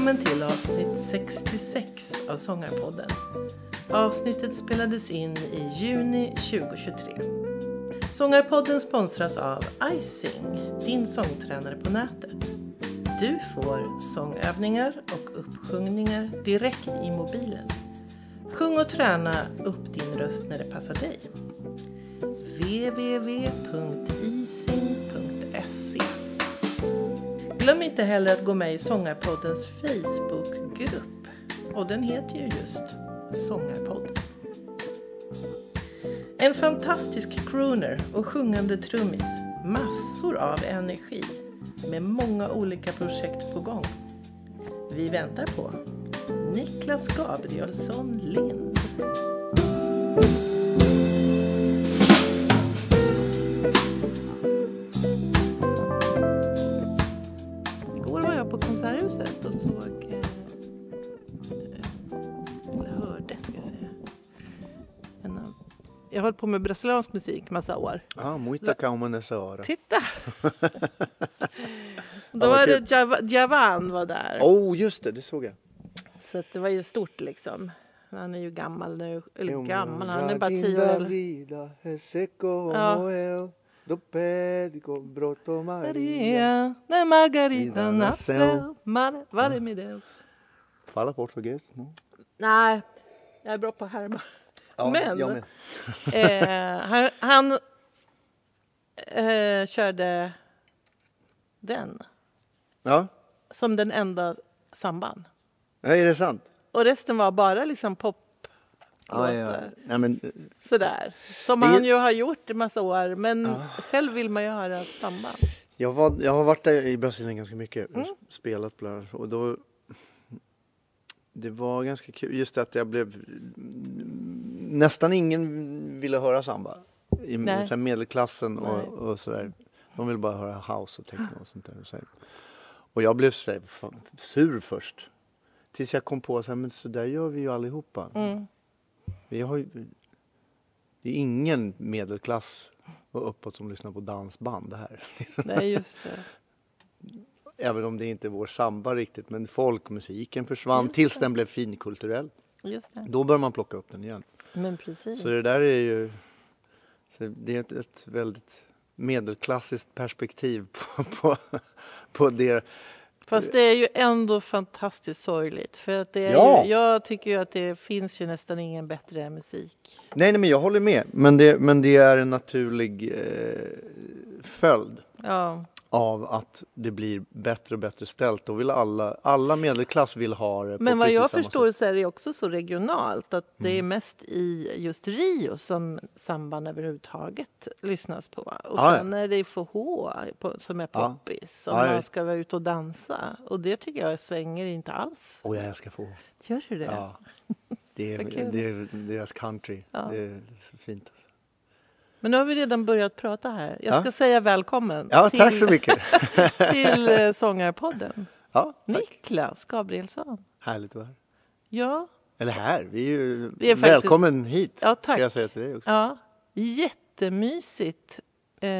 Välkommen till avsnitt 66 av Sångarpodden. Avsnittet spelades in i juni 2023. Sångarpodden sponsras av iSing, din sångtränare på nätet. Du får sångövningar och uppsjungningar direkt i mobilen. Sjung och träna upp din röst när det passar dig. www.ising.se. Glöm inte heller att gå med i Sångarpoddens Facebookgrupp. Och den heter ju just Sångarpodden. En fantastisk crooner och sjungande trummis. Massor av energi. Med många olika projekt på gång. Vi väntar på Niklas Gabrielsson Lind. Igår var jag på Konserthuset och såg eller hörde, ska jag säga. Jag har hållit på med brasiliansk musik massa år. Ja, muita calma nessa hora. Titta! Då var det Javan var där. Just det såg jag. Så att det var ju stort liksom. Han är ju gammal nu. Eller gammal, han är bara 10 år. Maria, när Margarita nasceu. Vale med Deus. Fala portugis? No? Nej, jag är bra på att härma. Ja, men jag med. han körde den. Ja. Som den enda samban. Ja, är det sant? Och resten var bara liksom pop. Ja. Nej, men sådär. Som han ju har gjort i massa år. Men själv vill man ju höra samba. Jag har varit där i Brasilien ganska mycket. Spelat bland annat. Och då... Det var ganska kul. Just att jag blev... Nästan ingen ville höra samba. I medelklassen och sådär. De ville bara höra house och techno och sånt där. Och jag blev så sur först. Tills jag kom på att så där gör vi ju allihopa. Vi har ju... Det är ingen medelklass och uppåt som lyssnar på dansband det här. Nej, just det. Även om det inte är vår samba riktigt. Men folkmusiken försvann tills den blev finkulturell. Just det. Då bör man plocka upp den igen. Men precis. Så det där är ju... Så det är ett väldigt medelklassiskt perspektiv på det. Fast det är ju ändå fantastiskt sorgligt. För att det är ju, jag tycker ju att det finns ju nästan ingen bättre musik. Nej, men jag håller med. Men det är en naturlig följd av att det blir bättre och bättre ställt. Då vill alla medelklass vill ha det. Men vad jag förstår så är det också så regionalt att det är mest i just Rio som samband överhuvudtaget lyssnas på. Och sen är det FH som är poppis. Om man ska vara ute och dansa. Och det tycker jag svänger inte alls. Och jag älskar FH. Gör du det? Ja. Det är deras country. Ja. Det är så fint. Alltså. Men nu har vi redan börjat prata här. Jag ska säga välkommen tack så mycket. till Sångarpodden. Ja, Niklas Gabrielsson. Härligt att vara här. Ja. Eller här, vi är faktiskt... välkommen hit. Ja, tack. Ska jag säga till dig också. Ja, jättemysigt.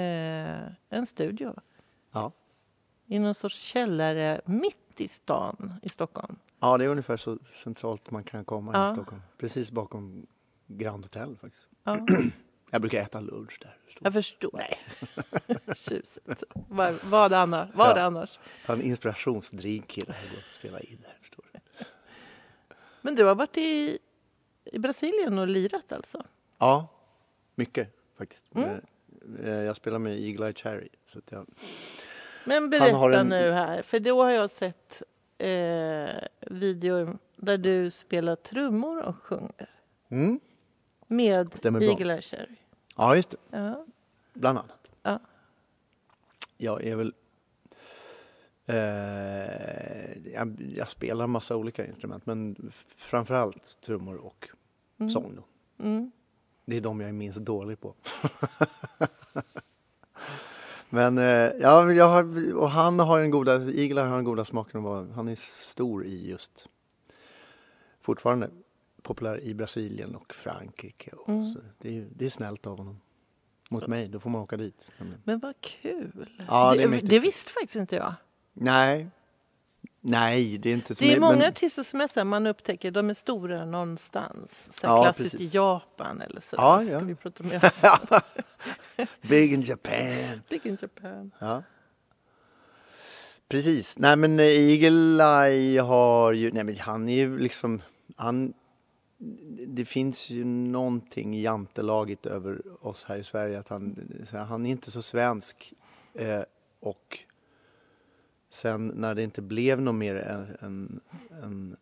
En studio. Ja. I någon sorts källare mitt i stan i Stockholm. Ja, det är ungefär så centralt man kan komma i Stockholm. Precis bakom Grand Hotel faktiskt. Ja. Jag brukar äta lunch där. Jag förstår. Nej. Tjusigt. Vad annars? Ta en inspirationsdrink i det här och spela in det här, förstår du. Men du har varit i Brasilien och lirat alltså? Ja, mycket faktiskt. Jag spelar med Eagle Eye Cherry. Så att Men berätta nu här, för då har jag sett videor där du spelar trummor och sjunger. Med Eagle Eye Cherry. Ja, just det. Ja. Bland annat. Ja. Jag är väl... jag spelar massa olika instrument, men framförallt trummor och sång. Det är de jag är minst dålig på. Men och han har Eagle har en goda smaken. Han är stor i just fortfarande populär i Brasilien och Frankrike. Och så. Det är snällt av honom. Mot mig, då får man åka dit. Men vad kul. Ja, det visste faktiskt inte jag. Nej, Nej, det är inte som det är många artister som är så här, man upptäcker de är stora någonstans. Så här klassiskt precis. i Japan eller så. Ja, Ska ja. vi prata mer om sånt? Big in Japan. Big in Japan. Ja. Precis. Nej, men Eagle Eye har ju... Nej, men han är ju liksom... Det finns ju någonting jantelaget över oss här i Sverige. Att han är inte så svensk. Och sen när det inte blev något mer än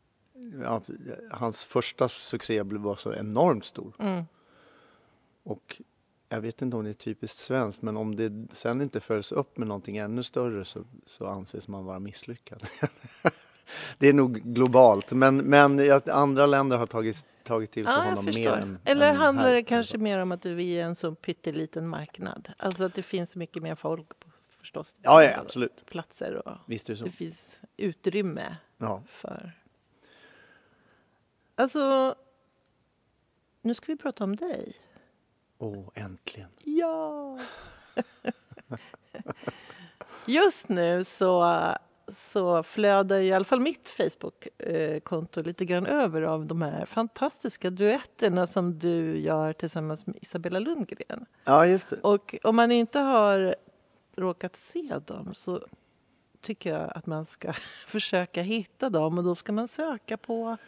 hans första succé var så enormt stor. Och jag vet inte om det är typiskt svenskt, men om det sen inte följs upp med någonting ännu större så anses man vara misslyckad. Det är nog globalt, men andra länder har tagit till sig honom mer än... Eller handlar det kanske mer om att vi är en så pytteliten marknad? Alltså att det finns mycket mer folk på, förstås. Ja, absolut. Platser och visst är det så. Det finns utrymme för... Alltså, nu ska vi prata om dig. Äntligen. Ja! Just nu så flödar i alla fall mitt Facebook-konto lite grann över av de här fantastiska duetterna som du gör tillsammans med Isabella Lundgren. Ja, just det. Och om man inte har råkat se dem så tycker jag att man ska försöka hitta dem. Och då ska man söka på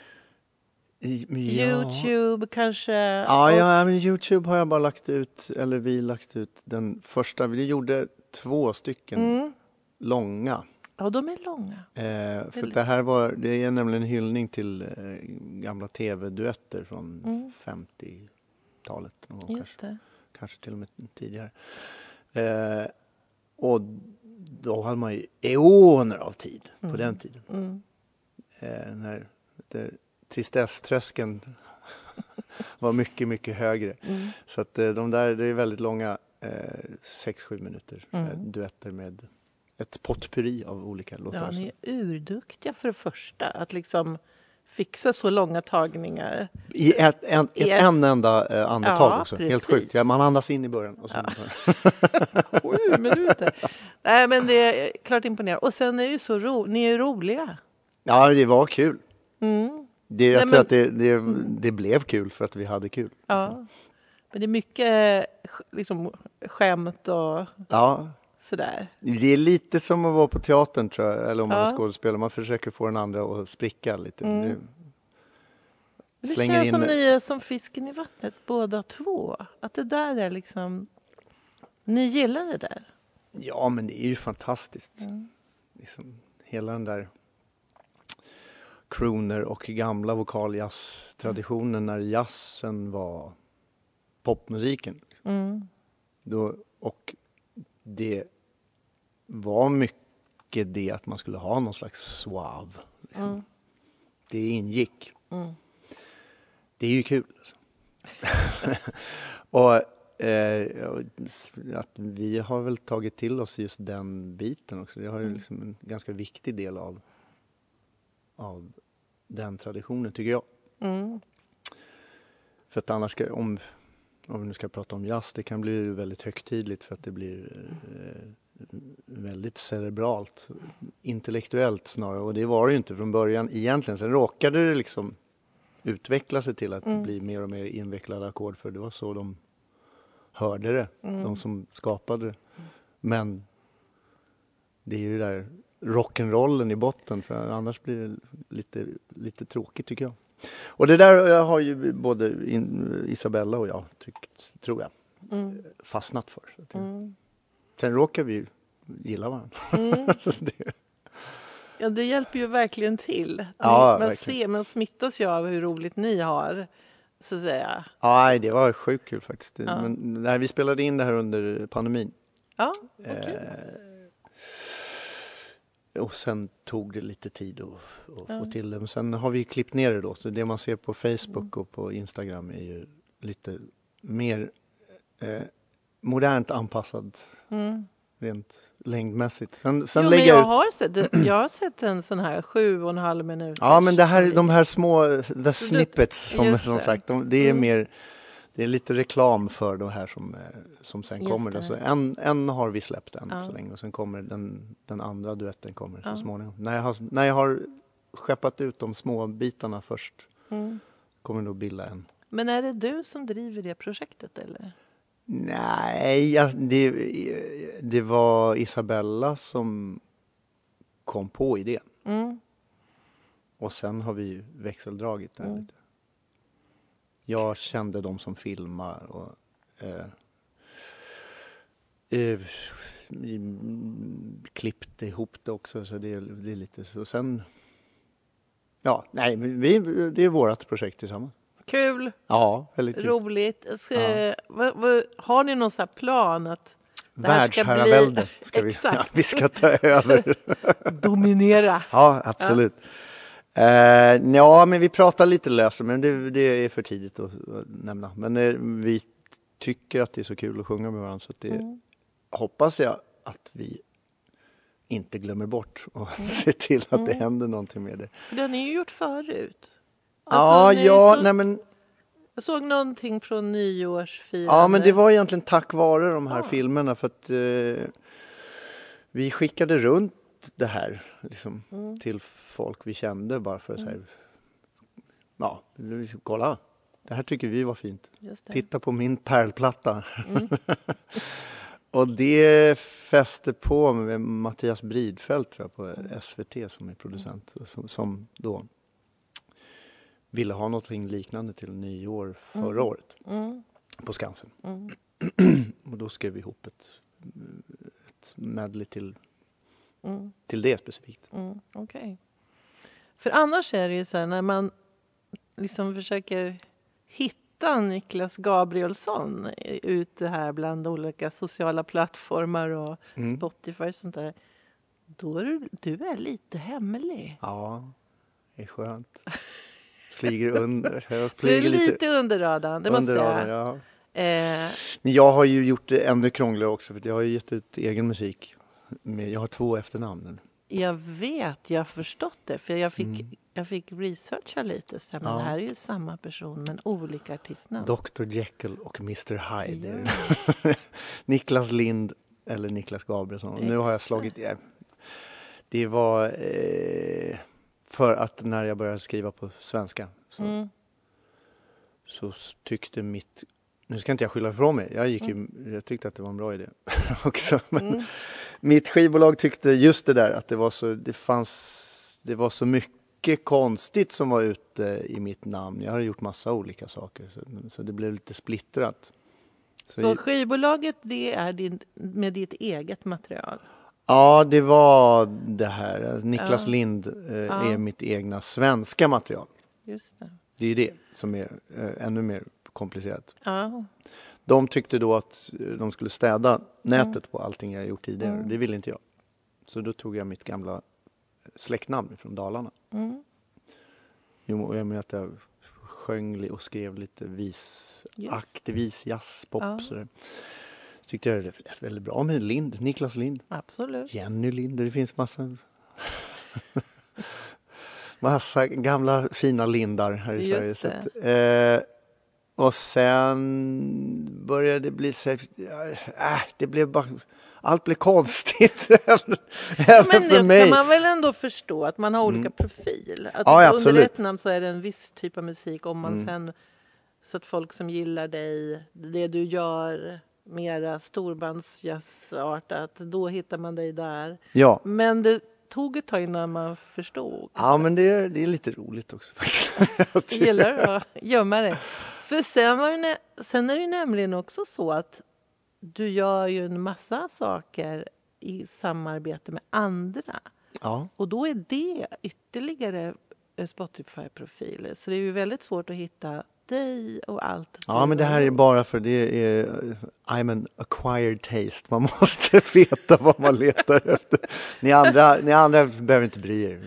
YouTube kanske. Ja, men YouTube har jag bara lagt ut, eller vi lagt ut den första. Vi gjorde 2 stycken långa. Ja, de är långa. För det är nämligen en hyllning till gamla tv-duetter från 50-talet. Just det. Kanske till och med tidigare. Och då hade man ju eoner av tid på den tiden. När tristesströskeln var mycket, mycket högre. Så att det är väldigt långa 6-7 minuter duetter med ett potpurri av olika låtar. Ja, ni är urduktiga för det första. Att liksom fixa så långa tagningar. I en enda andetag också. Precis. Helt sjukt. Ja, man andas in i början. Och sen 7 minuter. Nej, men det är klart imponerande. Och sen är det ju så ni är roliga. Ja, det var kul. Jag tror att det blev kul för att vi hade kul. Ja, men det är mycket liksom, skämt och sådär. Det är lite som att vara på teatern, tror jag, eller om man är skådespelare. Man försöker få den andra att spricka lite. Det känns som ni är som fisken i vattnet, båda två. Att det där är liksom... Ni gillar det där. Ja, men det är ju fantastiskt. Liksom, hela den där crooner och gamla vokaljazz-traditionen när jazzen var popmusiken. Och det var mycket det att man skulle ha någon slags suave. Liksom. Det ingick. Det är ju kul. Alltså. Och att vi har väl tagit till oss just den biten också. Det har ju liksom en ganska viktig del av den traditionen, tycker jag. För att annars om vi nu ska prata om jazz, det kan bli väldigt högtidligt för att det blir väldigt cerebralt, intellektuellt snarare. Och det var det ju inte från början egentligen. Sen råkade det liksom utveckla sig till att bli mer och mer invecklade ackord, för det var så de hörde det, de som skapade det. Men det är ju det där rock'n'rollen i botten, för annars blir det lite tråkigt, tycker jag. Och det där har ju både Isabella och jag tror jag, fastnat för. Sen råkar vi gilla varandra. Ja, det hjälper ju verkligen till. Man smittas ju av hur roligt ni har, så att säga. Ja, det var sjukt kul faktiskt. Men, vi spelade in det här under pandemin. Ja, okay. Och sen tog det lite tid att få till det. Men sen har vi klippt ner det då. Så det man ser på Facebook och på Instagram är ju lite mer modernt anpassad. Rent längdmässigt. Sen lägger jag har sett en sån här 7,5 minuter. Ja, men de här små snippets som sagt, det är mer det är lite reklam för de här som sen Just kommer. det. Alltså en har vi släppt än så länge och sen kommer den andra duetten kommer så småningom. När jag har skeppat ut de små bitarna först kommer det nog bilda en. Men är det du som driver det projektet eller? Nej, det var Isabella som kom på idén. Och sen har vi växeldragit där lite. Jag kände de som filmar och klippte ihop det också så det är lite så. Sen det är vårat projekt tillsammans. Kul! Ja, väldigt kul. Roligt. Har ni någon sån här plan att det här ska Världsherravälde ska vi ska ta över. Dominera. Ja, absolut. Men vi pratar lite löst, men det är för tidigt att nämna. Men vi tycker att det är så kul att sjunga med varandra så att det hoppas jag att vi inte glömmer bort och ser till att det händer någonting med det. Det har ni ju gjort förut. Jag såg någonting från nyårsfirande. Ja, men det var egentligen tack vare de här filmerna för att vi skickade runt det här liksom, till folk vi kände bara för att säga kolla, det här tycker vi var fint. Titta på min pärlplatta. Och det fäste på med Mattias Bridfeldt tror jag, på SVT som är producent som då ville ha någonting liknande till nyår förra året på Skansen. Och då skrev vi ihop ett medley till det specifikt. Okej. För annars är det ju så här när man liksom försöker hitta Niklas Gabrielsson ute här bland olika sociala plattformar och Spotify och sånt där. Då är du är lite hemlig. Ja, det är skönt. Flyger under. Du är lite under radarn, det måste jag säga. Ja. Men jag har ju gjort det ännu krångligare också för jag har ju gett ut egen musik. Jag har 2 efternamn. Jag vet, jag har förstått det. För jag fick researcha lite. Så men det här är ju samma person men olika artistnamn. Dr. Jekyll och Mr. Hyde. Ja. Niklas Lind eller Niklas Gabrielsson. Nu har jag slagit... Det var för att när jag började skriva på svenska så tyckte mitt... Nu ska inte jag skylla ifrån mig. Jag tyckte att det var en bra idé också. Men mitt skivbolag tyckte just det där att det var så mycket konstigt som var ute i mitt namn. Jag hade gjort massa olika saker så det blev lite splittrat. Så skivbolaget det är med ditt eget material? Ja, det var det här. Niklas Lind är mitt egna svenska material. Just det. Det är ju det som är ännu mer komplicerat. Ja. De tyckte då att de skulle städa nätet på allting jag gjort tidigare. Det ville inte jag. Så då tog jag mitt gamla släktnamn från Dalarna. Jag menar att jag sjöng och skrev lite vis, jazz, pop. Sådär. Så tyckte jag det lät väldigt bra med Lind, Niklas Lind. Absolut. Jenny Lind, det finns massa gamla fina lindar här i Sverige. Så att, och sen började det bli så det blev bara allt blev konstigt även för mig. Men kan man väl ändå förstå att man har olika profil. Att under ett namn så är det en viss typ av musik om man sen så att folk som gillar dig, det du gör mera storbandsjazzartat, då hittar man dig där. Ja. Men det tog ett tag innan man förstod. Ja, men det är lite roligt också faktiskt. Gillar du att gömma det? För sen är det nämligen också så att du gör ju en massa saker i samarbete med andra. Ja. Och då är det ytterligare Spotify-profiler. Så det är ju väldigt svårt att hitta dig och allt. Ja, men det här är bara för det är I'm an acquired taste. Man måste veta vad man letar efter. Ni andra behöver inte bry er.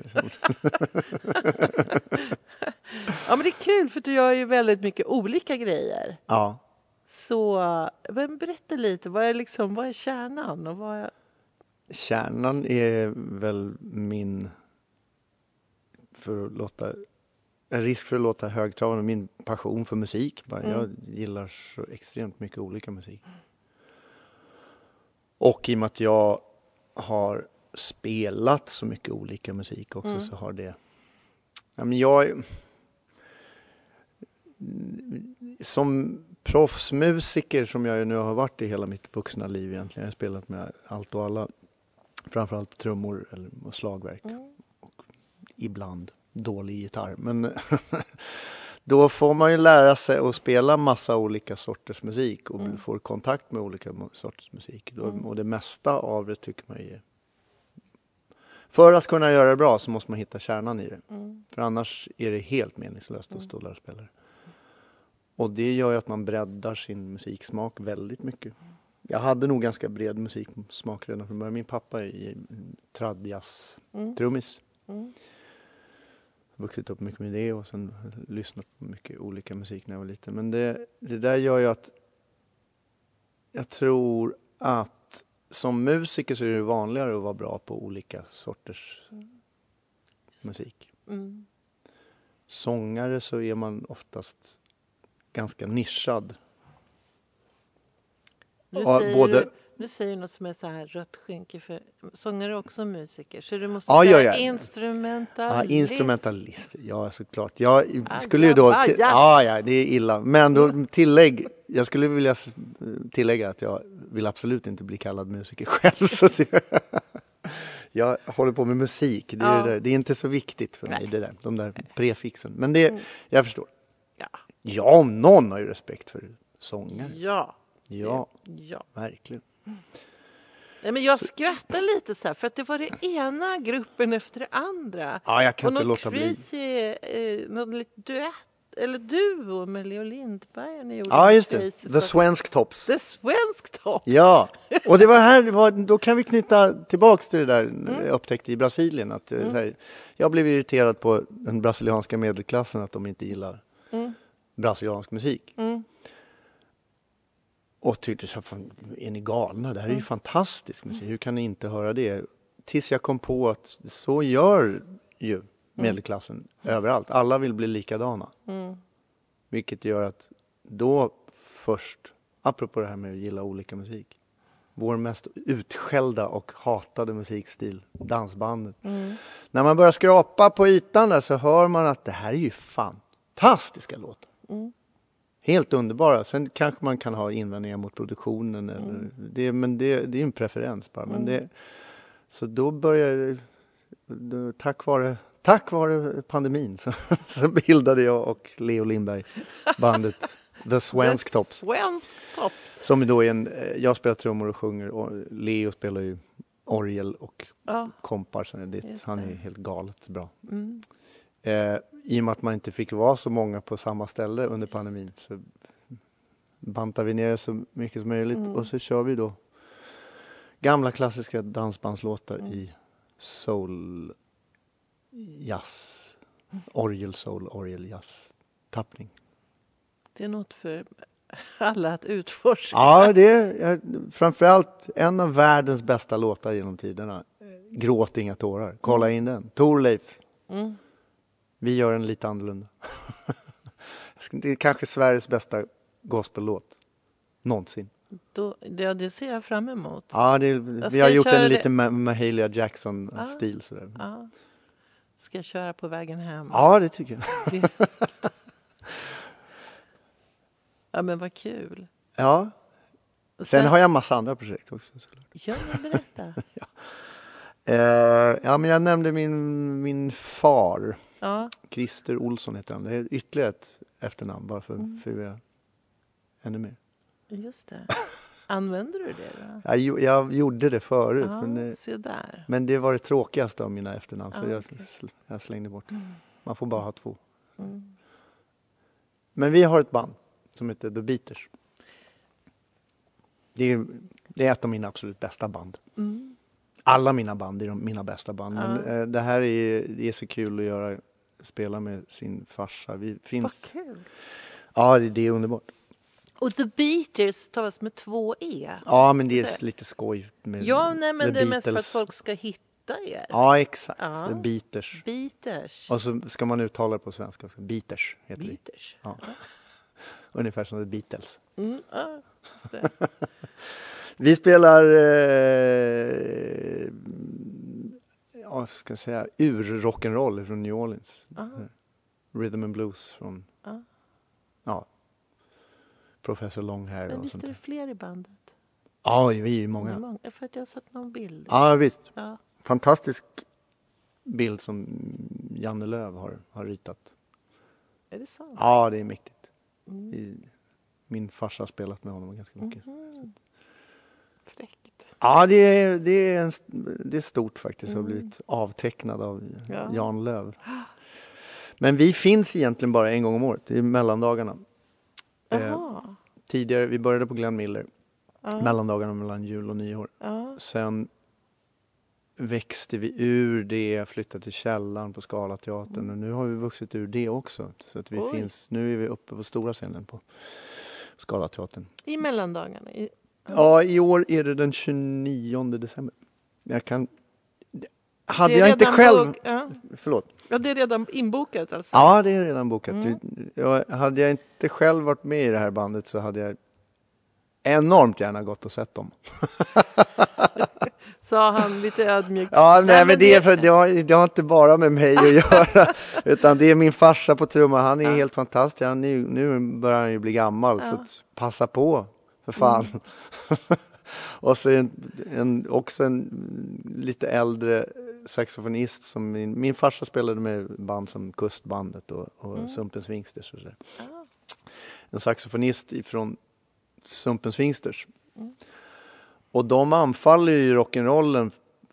Ja, men det är kul för du gör ju väldigt mycket olika grejer. Ja. Så berätta lite, vad är kärnan? Och Kärnan är väl min, för att låta en risk för att låta högtravande, min passion för musik. Jag gillar så extremt mycket olika musik. Och i och med att jag har spelat så mycket olika musik också så har det... Ja, men jag... Som proffsmusiker som jag nu har varit i hela mitt vuxna liv egentligen. Jag har spelat med allt och alla. Framförallt trummor och slagverk. Och ibland dålig gitarr. Men då får man ju lära sig att spela massa olika sorters musik. Och får kontakt med olika sorters musik. Och det mesta av det tycker man är... För att kunna göra det bra så måste man hitta kärnan i det. För annars är det helt meningslöst att stå där och spela det. Och det gör ju att man breddar sin musiksmak väldigt mycket. Jag hade nog ganska bred musiksmak redan från början. Min pappa är tradjazz-trummis. Vuxit upp mycket med det och sen lyssnat på mycket olika musik när jag var liten. Men det där gör ju att jag tror att som musiker så är det vanligare att vara bra på olika sorters musik. Sångare så är man oftast ganska nischad. Du säger något som är så här rött skynke för sångare är också musiker. Så du måste säga instrumentalist. Instrumentalist, ja såklart. Jag skulle ju då... Ja, det är illa. Men då jag skulle vilja tillägga att jag vill absolut inte bli kallad musiker själv. Så jag håller på med musik. Det är inte så viktigt för mig, de där prefixen. Men jag förstår. Ja, om någon har ju respekt för sångare. Ja, verkligen. Nej, men jag skrattar lite så här för att det var det ena gruppen efter det andra. Ja, jag kan inte låta bli. Någon liten duett eller duo med Leo Lindberg ni gjorde. Ja, just det. The Svensk Tops. The Svensk Tops. Ja, och det var här, då kan vi knyta tillbaks till det där jag upptäckte i Brasilien. Att, jag blev irriterad på den brasilianska medelklassen att de inte gillar brasiliansk musik. Och tyckte så här, är ni galna? Det här är ju fantastisk musik. Hur kan ni inte höra det? Tills jag kom på att så gör ju medelklassen överallt. Alla vill bli likadana. Vilket gör att då först, apropå det här med att gilla olika musik, vår mest utskällda och hatade musikstil, dansbandet. När man börjar skrapa på ytan där så hör man att det här är ju fantastiska låtar. Helt underbara. Sen kanske man kan ha invändningar mot produktionen. Men det är en preferens bara. Men så då började tack vare pandemin så bildade jag och Leo Lindberg bandet The Svensk Tops. Som då är jag spelar trummor och sjunger. Och Leo spelar ju orgel och kompar. Så han är helt galet bra. I och med att man inte fick vara så många på samma ställe under pandemin så bantar vi ner så mycket som möjligt och så kör vi då gamla klassiska dansbandslåtar i soul jazz, orgel jazz tappning. Det är något för alla att utforska. Ja, det är framförallt en av världens bästa låtar genom tiderna. Gråt inga tårar. Kolla in den. Thorleif. Vi gör en lite annorlunda. Det är kanske Sveriges bästa gospellåt någonsin. Det ser jag fram emot. Ja, vi har gjort en lite Mahalia Jackson-stil. Sådär. Ska jag köra på vägen hem? Ja, det tycker jag. Ja, men vad kul. Ja. Sen har jag massa andra projekt också. Såklart. Ja, berätta. Ja, men jag nämnde min far. Christer Olsson heter han. Det är ytterligare ett efternamn bara för att förvirra ännu mer. Just det. Använder du det då? Jag gjorde det förut. Men det var det tråkigaste av mina efternamn. Så jag slängde bort. Man får bara ha 2. Men vi har ett band som heter The Beaters. Det är ett av mina absolut bästa band. Alla mina band är mina bästa band. Men det här är så kul att spela med sin farsa. Vad kul. Ja, det är underbart. Och The Beaters stavas med 2 E. Ja, men det är lite skoj med men det är Beatles. mest för att folk ska hitta stötta er. Ja, exakt. Ja. Det är Beaters. Beaters. Och så ska man uttala det på svenska. Beaters heter vi. Beaters. Ja. Ungefär som The Beatles. Ja, just det. Vi spelar ska jag säga ur-rock'n'roll från New Orleans. Rhythm and blues från Professor Longhair. Men och visst sånt är det där. fler i bandet? Ja, vi är Det många. är många. För att jag har sett någon bild. Ja, visst. Ja. Fantastisk bild som Janne Löv har ritat. Är det sant? Ja, det är mäktigt. Min farsa har spelat med honom ganska mycket. Fräckt. Ja, det är stort faktiskt att ha blivit avtecknad av Jan Löv. Men vi finns egentligen bara en gång om året, i mellandagarna. Tidigare, vi började på Glenn Miller. Mellandagarna mellan jul och nyår. Sen växte vi ur det, flyttade till källaren på Scalateatern. Och nu har vi vuxit ur det också. Så att vi finns, nu är vi uppe på stora scenen på Scalateatern. I mellandagarna? Ja, i år är det den 29 december. Hade jag inte själv... Förlåt. Ja, det är redan inbokat alltså? Ja, det är redan bokat. Hade jag inte själv varit med i det här bandet så hade jag enormt gärna gått och sett dem. Sa han lite ödmjukt. Ja, nej, men det har inte bara med mig att göra. Utan det är min farsa på trumman. Han är helt fantastisk. Nu börjar han ju bli gammal. Så att passa på, för fan. Och så också en lite äldre saxofonist som min farsa spelade med band som Kustbandet och Sumpens Wingsters och så. En saxofonist ifrån Sumpens Wingsters. Och de anfaller ju rock'n'rollen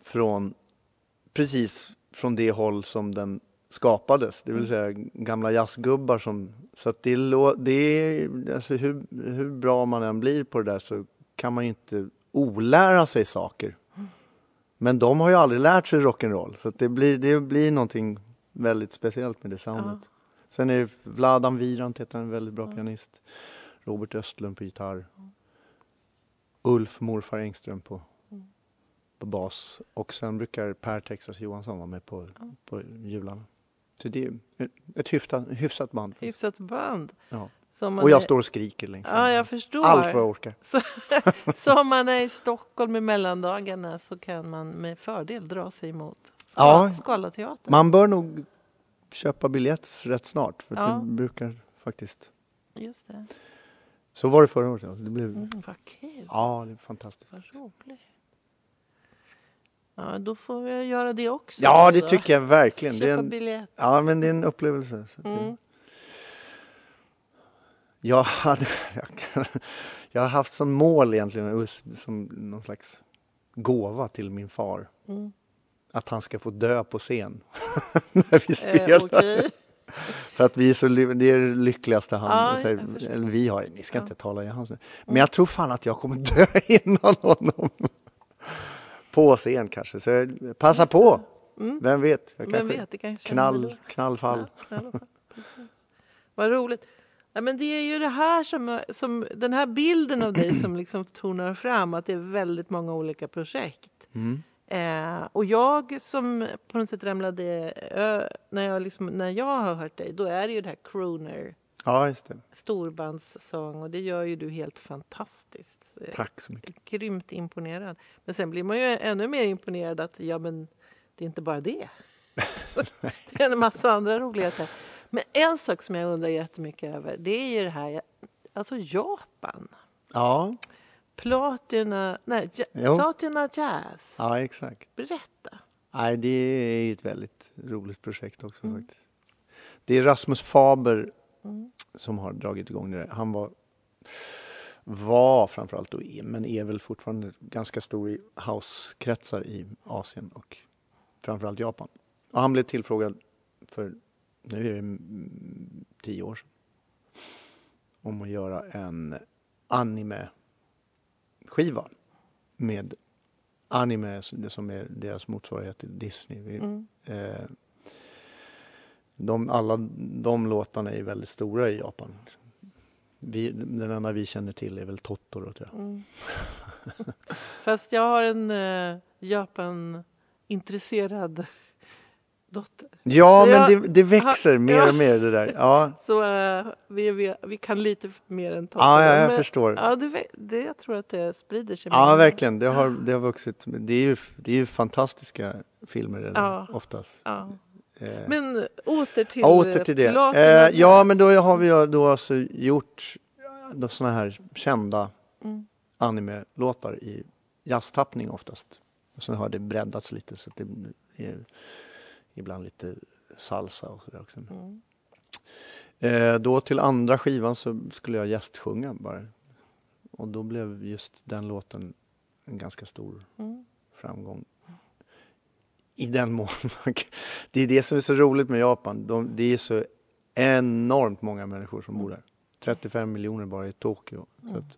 precis från det håll som den skapades. Det vill säga gamla jazzgubbar så att det är alltså hur bra man än blir på det där så kan man ju inte olära sig saker. Men de har ju aldrig lärt sig rock'n'roll. Så att det blir någonting väldigt speciellt med det soundet. Sen är Vladan Virant heter en väldigt bra pianist. Robert Östlund på gitarr. Ulf Morfar Engström på bas. Och sen brukar Per Texas Johansson vara med på jularna. Så det är ett hyfsat band. Hyfsat band. Ja. Och jag står och skriker längst fram. Ja, jag förstår. Allt vad jag orkar. Så om man är i Stockholm i mellandagarna så kan man med fördel dra sig emot Scalateatern. Man bör nog köpa biljett rätt snart. För det brukar faktiskt... Just det. Så var det förra året. Det blev... Vad kul. Ja, det är fantastiskt. Vad roligt. Ja, då får vi göra det också. Ja, det tycker jag verkligen. Köpa biljett. Ja, men det är en upplevelse. Så jag har haft som mål egentligen, som någon slags gåva till min far. Att han ska få dö på scen när vi spelar. Okay. För att vi är det är det lyckligaste ni ska inte tala i hans nu. Men jag tror fan att jag kommer dö innan honom. På scen kanske. Så passa på. Vem vet? Det kanske knallfall. Precis. Vad roligt. Ja, men det är ju det här som den här bilden av dig som liksom tonar fram, att det är väldigt många olika projekt. Och jag som på något sätt ramlade när jag har hört dig, då är det ju det här crooner. Ja, just det. Storbandssång, och det gör ju du helt fantastiskt. Tack så mycket. Grymt imponerad. Men sen blir man ju ännu mer imponerad att det är inte bara det. Det är en massa andra roligheter. Men en sak som jag undrar jättemycket över, det är ju det här, alltså Japan. Ja. Platina Jazz. Ja, exakt. Berätta. Nej, det är ju ett väldigt roligt projekt också faktiskt. Det är Rasmus Faber som har dragit igång det där. Han var framförallt då, men är väl fortfarande ganska stor i house-kretsar i Asien och framförallt Japan. Och han blev tillfrågad för, nu är det 10 år sedan, om att göra en anime-skiva med anime som är deras motsvarighet till Disney. Alla de låtarna är väldigt stora i Japan. Den enda vi känner till är väl Totoro, tror jag. Fast jag har en Japan intresserad dotter. Ja, Så men det växer mer och mer det där. Ja, Så vi kan lite mer än Tobbe. ja jag Men, förstår. Ja, jag tror att det sprider sig. Ja, mer. verkligen. Det har vuxit. Det är ju fantastiska filmer det där, oftast. Ja. Eh, Men åter till det. Platinum Ja, men då har vi då alltså gjort såna här kända anime-låtar i jazztappning oftast. Och sen har det breddats lite så att det är ibland lite salsa och sådär också. Då till andra skivan så skulle jag gästsjunga bara. Och då blev just den låten en ganska stor framgång. I den mån. Det är det som är så roligt med Japan. Det är så enormt många människor som bor där. 35 miljoner bara i Tokyo. Så att,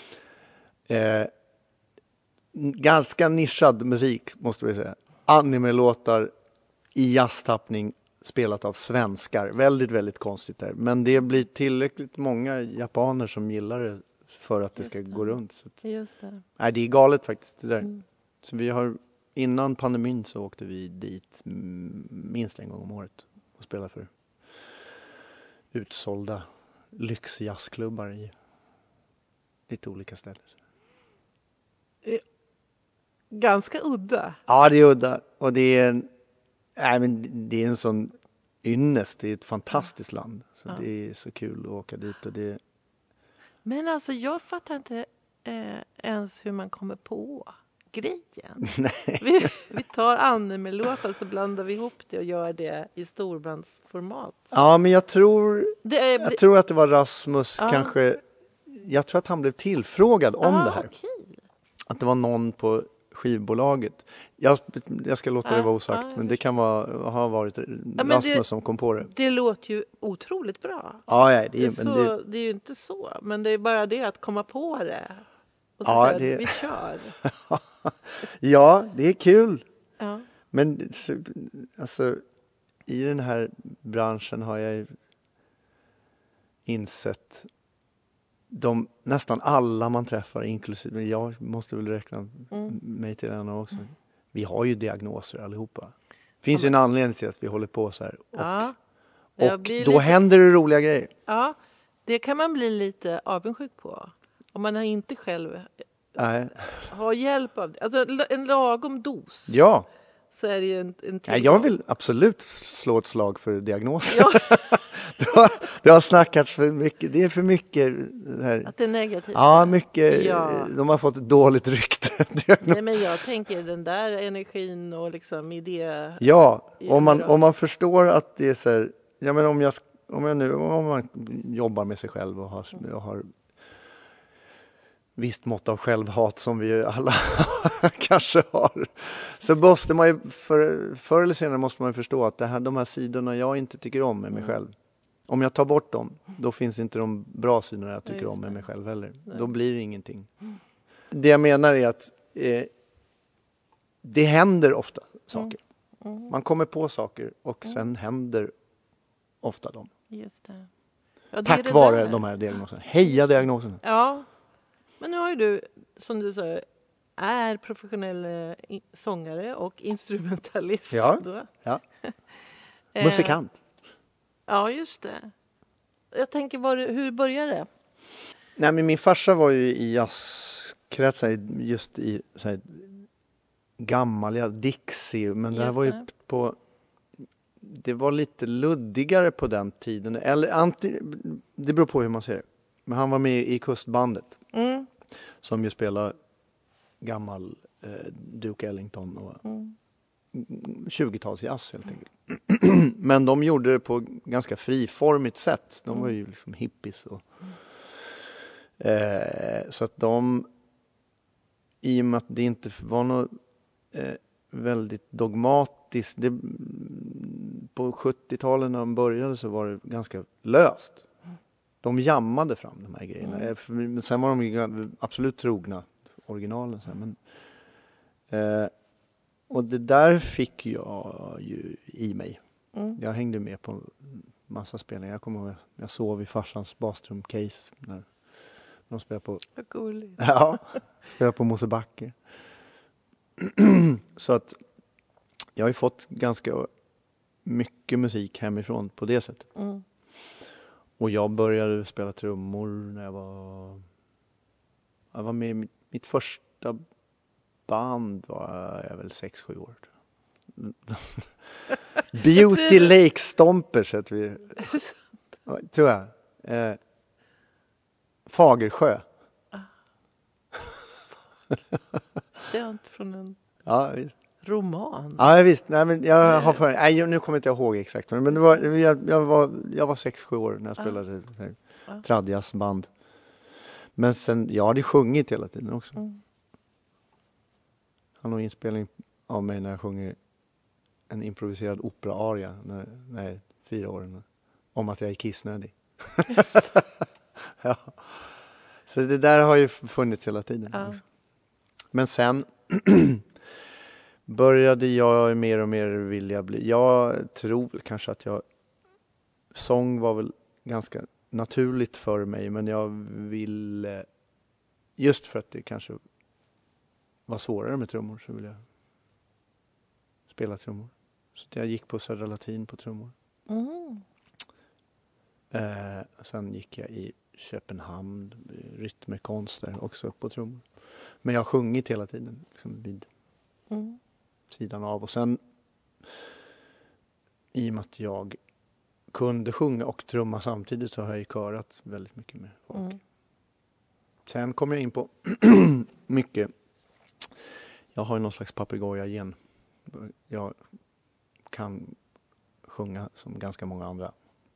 ganska nischad musik måste vi säga. Anime-låtar i jazztappning spelat av svenskar. Väldigt, väldigt konstigt där. Men det blir tillräckligt många japaner som gillar det för att det ska gå runt. Så att, Just det. Nej, det är galet faktiskt det där. Så vi har, innan pandemin så åkte vi dit minst en gång om året och spelade för utsålda lyxjazzklubbar i lite olika ställen. Ganska udda. Ja, det är udda. Och det är det är en sån ynnest. Det är ett fantastiskt land. Så det är så kul att åka dit. Och det... Men alltså, jag fattar inte ens hur man kommer på grejen. vi tar anime-låtar och så blandar vi ihop det och gör det i storbandsformat. Ja, men jag tror att det var Rasmus kanske. Jag tror att han blev tillfrågad om det här. Okay. Att det var någon på skivbolaget. Jag ska låta det vara osagt, men det kan ha varit Rasmus som kom på det. Det låter ju otroligt bra. Ja, det är ju inte så, men det är bara det att komma på det. Och så säga att vi kör. Ja, det är kul. Ja. Men alltså i den här branschen har jag insett nästan alla man träffar, inklusive jag måste väl räkna mig till den också. Vi har ju diagnoser allihopa. Det finns ju en anledning till att vi håller på så här. Och då händer det roliga grejer. Ja, det kan man bli lite avundsjuk på. Om man inte själv har hjälp av det. Alltså en lagom dos. Ja. Så är det ju en tillgång. Jag vill absolut slå ett slag för diagnoser. Ja. det har snackats för mycket. Det är för mycket här. Att det är negativt. Ja, mycket. Ja. De har fått ett dåligt rykte. Nej, men jag tänker den där energin och liksom idé. Ja, om man förstår att det är så här. Ja, men om man jobbar med sig själv och har visst mått av självhat som vi alla kanske har. Så måste man ju förr eller senare måste man ju förstå att de här sidorna jag inte tycker om med mig själv. Om jag tar bort dem, då finns inte de bra sidorna jag tycker om med mig själv heller. Då blir det ingenting. Det jag menar är att det händer ofta saker. Man kommer på saker och sen händer ofta dem. Just det. Ja, tack vare de här diagnoserna. Heja diagnoserna. Ja. Men nu har ju du, som du sa, är professionell sångare och instrumentalist. Ja, då. Ja. Musikant. Ja, just det. Jag tänker, hur började det? Nej, men min farsa var ju i jazzkretsar, just i så här, gammal Dixie. Men det här var ju det var lite luddigare på den tiden. Eller det beror på hur man ser det. Men han var med i Kustbandet. Som ju spelar gammal Duke Ellington och 20-talsjazz helt enkelt. Men de gjorde det på ganska friformigt sätt. De var ju liksom hippies. Så att i och med att det inte var något väldigt dogmatiskt. På 70-talet när de började så var det ganska löst. De jammade fram de här grejerna. Sen var de ju absolut trogna originalen. Men, och det där fick jag ju i mig. Jag hängde med på massa spelningar. Jag kommer ihåg jag sov i farsans bastrumcase när de spelade på... Vad gulligt. Ja, spelade på Mosebacke. Så att jag har ju fått ganska mycket musik hemifrån på det sättet. Mm. Och jag började spela trummor när jag var med i mitt första band var jag väl 6-7 år. Beauty Lake Stompers heter vi. Tror jag. Fagersjö. Känt från en roman. Ja, visst. Nej, men jag har nu kommer inte jag ihåg exakt. Men det var, jag var 6-7 år när jag spelade tradjazzband. Men sen, jag hade sjungit hela tiden också. Mm. Jag har någon inspelning av mig när jag sjunger en improviserad opera-aria när jag är 4 år. Om att jag är kissnödig. Yes. Ja. Så det där har ju funnits hela tiden. Ja. Liksom. Men sen började jag mer och mer vilja bli. Jag tror kanske att sång var väl ganska naturligt för mig. Men jag ville, just för att det kanske var svårare med trummor, så ville jag spela trummor. Så jag gick på Södra Latin på trummor. Mm. Sen gick jag i Köpenhamn, rytmerkonst där också på trummor. Men jag har sjungit hela tiden liksom vid sidan av. Och sen i och med att jag kunde sjunga och trumma samtidigt så har jag ju körat väldigt mycket med folk. Mm. Sen kom jag in på mycket. Jag har ju någon slags papegoja igen. Jag kan sjunga som ganska många andra.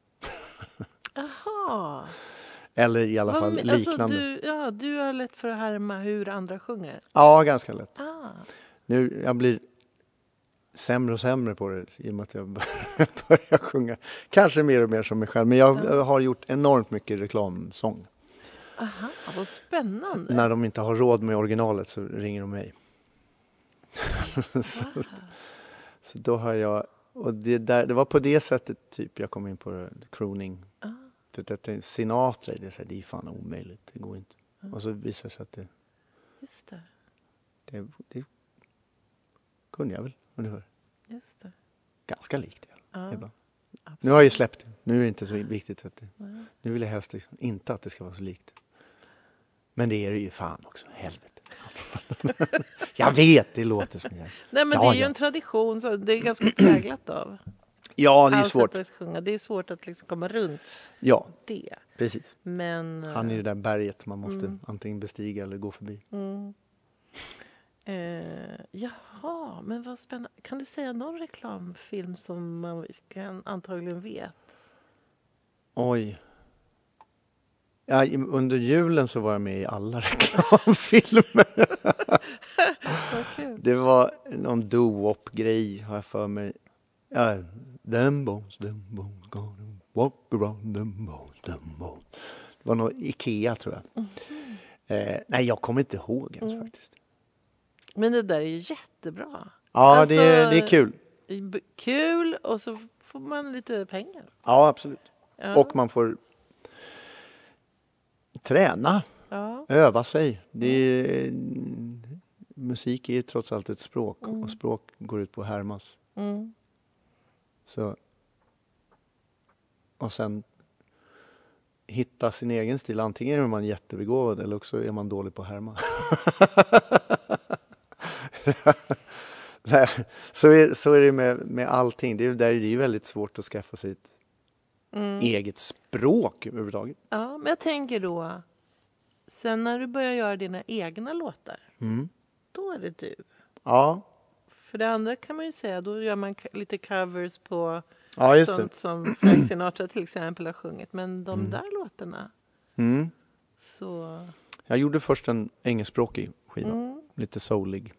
Aha. Eller i alla fall liknande. Alltså du har lätt för att härma hur andra sjunger. Ja, ganska lätt. Ah. Nu, jag blir sämre och sämre på det i och med att jag börjar sjunga. Kanske mer och mer som mig själv. Men jag har gjort enormt mycket reklamsång. Aha, vad spännande. När de inte har råd med originalet så ringer de mig. så då har jag... Och det var på det sättet typ jag kom in på crooning. För att Sinatra, det är fan omöjligt. Det går inte. Och så visar det sig att Just det kunde jag väl ungefär. Just det. Ganska likt ibland. Absolut. Nu har jag ju släppt det. Nu är det inte så viktigt. Nu vill jag helst liksom inte att det ska vara så likt. Men det är det ju fan också. Helvete. Jag vet, det låter som jag... Nej, men det är ju en tradition. Så det är ganska präglat av. Ja, det är svårt. Att sjunga. Det är svårt att liksom komma runt det. Precis. Men, han är ju det där berget man måste antingen bestiga eller gå förbi. Jaha, men vad spännande. Kan du säga någon reklamfilm som man antagligen vet? Oj. Ja, under julen så var jag med i alla reklamfilmer. Kul. Det var någon doo-wop-grej har jag för mig. Ja, them bones, gonna walk around them bones. Det var nog Ikea tror jag. Nej, jag kommer inte ihåg ens faktiskt. Men det där är ju jättebra. Ja, alltså, det är kul. Kul och så får man lite pengar. Ja, absolut. Ja. Och man får träna, öva sig. Musik är ju trots allt ett språk och språk går ut på att härmas. Så, och sen hitta sin egen stil. Antingen är man jättebegåvad eller också är man dålig på att härma. Nej, så är det med allting. Det är ju väldigt svårt att skaffa sig ett eget språk överhuvudtaget. Ja, men jag tänker då, sen när du börjar göra dina egna låtar, då är det du. Ja. För det andra kan man ju säga, då gör man lite covers på sånt som Frank Sinatra till exempel har sjungit. Men de där låtarna, så... Jag gjorde först en engelskspråkig skiva, lite soulig.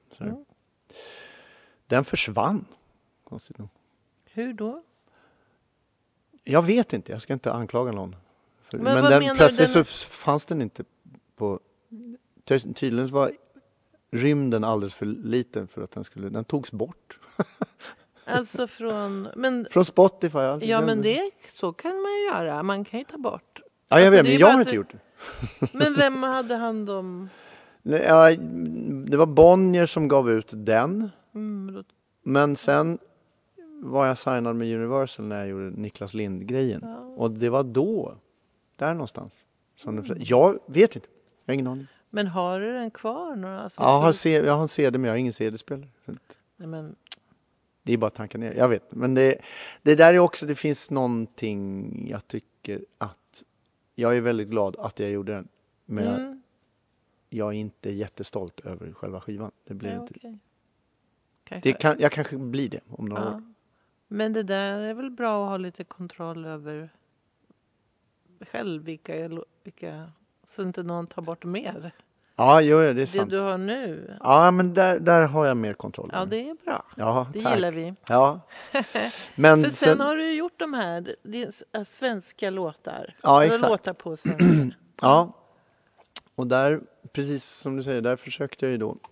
Den försvann, konstigt nog. Hur då? Jag vet inte, jag ska inte anklaga någon. Men den, plötsligt så fanns den inte på... Tydligen var rymden alldeles för liten för att den togs bort. Alltså från Spotify. Ja, men så kan man ju göra. Man kan ju ta bort. Ja, jag vet, men jag har inte gjort det. Men vem hade hand om... Ja, det var Bonnier som gav ut den. Men sen var jag signad med Universal när jag gjorde Niklas Lind-grejen. Ja. Och det var då, där någonstans. Jag vet inte, jag har ingen aning. Men har du den kvar? Alltså, jag har en CD men jag har ingen CD-spelare. Nej, men... Det är bara tankar ner, jag vet. Men det där är också, det finns någonting jag tycker att, jag är väldigt glad att jag gjorde den. Men jag är inte jättestolt över själva skivan. Det blir inte. Okay. Jag kanske blir det om några år. Men det där är väl bra att ha lite kontroll över själv, vilka så inte någon tar bort mer. Ja, det är sant. Det du har nu. Ja, men där har jag mer kontroll. Ja, det är bra. Ja, det tack. gillar vi. Ja. Men för sen har du gjort de här svenska låtar. Ja, exakt. Låtar på svenska. Ja. Och där, precis som du säger, där försökte jag ju då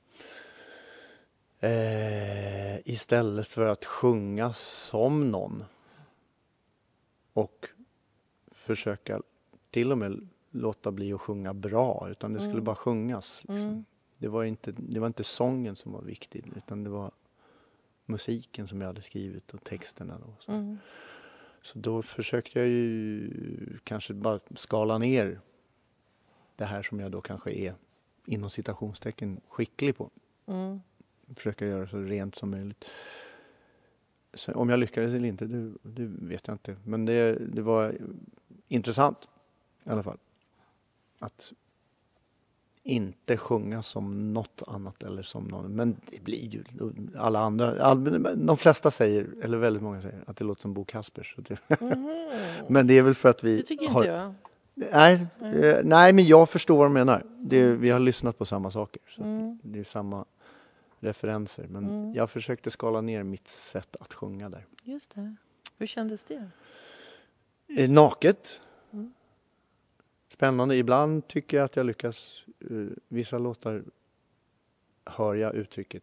istället för att sjunga som någon och försöka till och med låta bli att sjunga bra, utan det skulle bara sjungas. Liksom. Det var inte sången som var viktig, utan det var musiken som jag hade skrivit och texterna. Då, så då försökte jag ju kanske bara skala ner det här som jag då kanske är inom citationstecken skicklig på. Försöka göra så rent som möjligt. Så om jag lyckades eller inte, det vet jag inte. Men det var intressant i alla fall. Att inte sjunga som något annat eller som någon. Men det blir ju alla andra. De flesta säger, eller väldigt många säger, att det låter som Bo Kaspers. Men det är väl för att vi det tycker inte jag. Nej, men jag förstår vad de menar. Vi har lyssnat på samma saker. Så det är samma referenser. Men jag försökte skala ner mitt sätt att sjunga där. Just det. Hur kändes det? Naket. Spännande. Ibland tycker jag att jag lyckas. Vissa låtar hör jag uttrycket.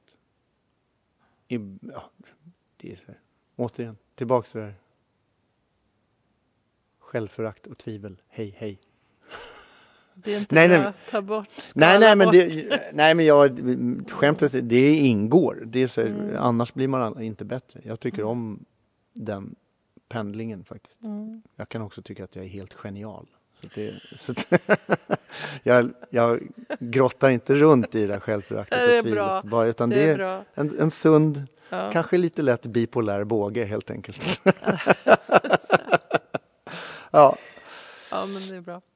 Det är så här. Återigen, tillbaka till det här. Självförakt och tvivel. Hej, hej. Det är inte bra. Ta bort. Nej, men skämtet, det ingår. Det är så här, annars blir man inte bättre. Jag tycker om den pendlingen faktiskt. Jag kan också tycka att jag är helt genial. Jag grottar inte runt i det där självföraktet och tvivlet. Bara, utan det är en sund, kanske lite lätt bipolär båge helt enkelt. Ja, men det är bra.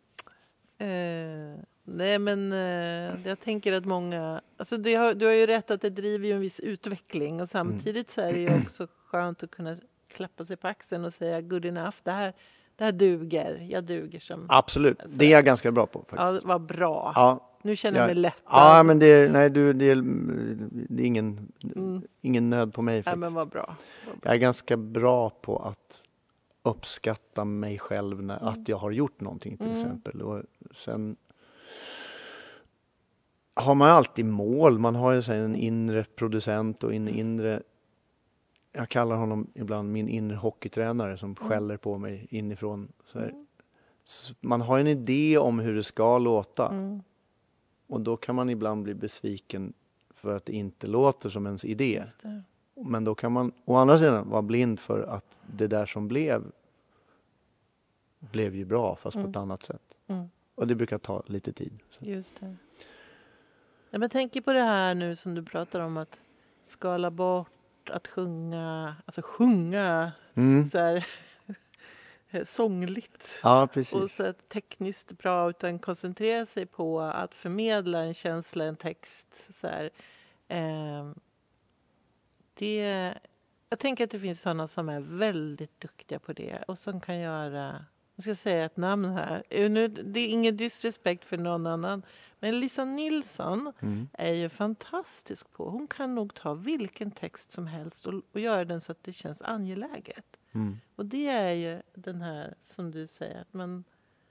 Nej, men jag tänker att många... Alltså du har ju rätt att det driver ju en viss utveckling. Och samtidigt så är det ju också skönt att kunna klappa sig på axeln och säga good enough. Det här duger. Jag duger som... Absolut. Alltså, det är jag ganska bra på faktiskt. Ja, det var bra. Ja, nu känner jag mig lättad. Ja, men det är ingen nöd på mig faktiskt. Ja, men vad bra. Jag är ganska bra på att uppskatta mig själv att jag har gjort någonting till exempel. Och sen har man alltid mål. Man har ju en inre producent och en inre, jag kallar honom ibland min inre hockeytränare som skäller på mig inifrån. Så man har en idé om hur det ska låta. Och då kan man ibland bli besviken för att det inte låter som ens idé. Men då kan man å andra sidan vara blind för att det där som blev ju bra fast på ett annat sätt. Och det brukar ta lite tid. Så. Just det. Ja, men tänk på det här nu som du pratar om, att skala bort, att sjunga, alltså sjunga så här sångligt. Ja, precis. Och så tekniskt bra, utan koncentrera sig på att förmedla en känsla, en text så här. Jag tänker att det finns sådana som är väldigt duktiga på det och som kan göra, jag ska säga ett namn här. Det är ingen disrespekt för någon annan, men Lisa Nilsson är ju fantastisk på. Hon kan nog ta vilken text som helst och göra den så att det känns angeläget. Och det är ju den här, som du säger, att man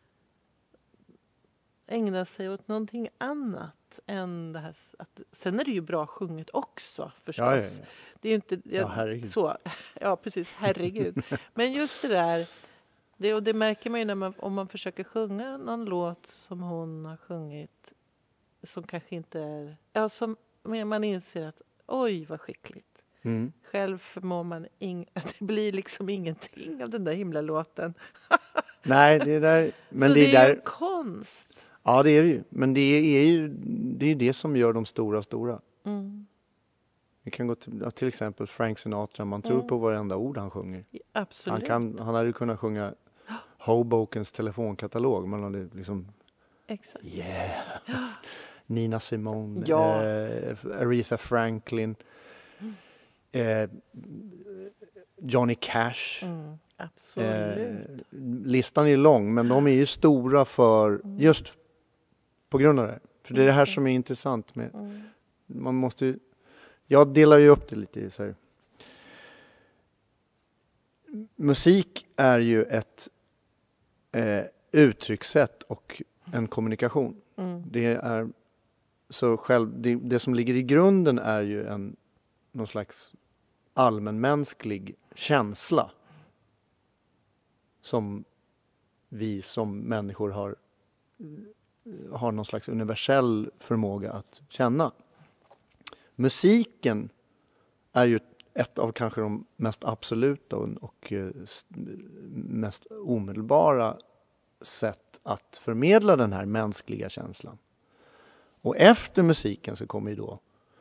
ägnar sig åt någonting annat än det här. Sen är det ju bra sjunget också förstås. Ja. Det är inte herregud. så. Ja, precis, herregud. Men just det där, det märker man ju om man försöker sjunga någon låt som hon har sjungit som kanske inte är, som man inser att oj vad skickligt. Själv förmår man det blir liksom ingenting av den där himla låten. Nej, det är där. Men så det är är ju där. konst. Ja, det är det ju. Men det är ju det som gör dem stora. Vi kan gå till exempel Frank Sinatra. Man tror på varenda ord han sjunger. Absolut. Han hade kunnat sjunga Hobokens telefonkatalog. Man hade liksom... Exakt. Yeah! Nina Simone, Ja. Aretha Franklin, Johnny Cash. Absolut. Listan är lång, men de är ju stora för just på grund av det. För det är det här som är intressant med man måste. Jag delar ju upp det lite i så här. Musik är ju ett uttryckssätt och en kommunikation. Det är så det som ligger i grunden är ju någon slags allmänmänsklig känsla som vi som människor har någon slags universell förmåga att känna. Musiken är ju ett av kanske de mest absoluta och mest omedelbara sätt att förmedla den här mänskliga känslan. Och efter musiken så kommer ju då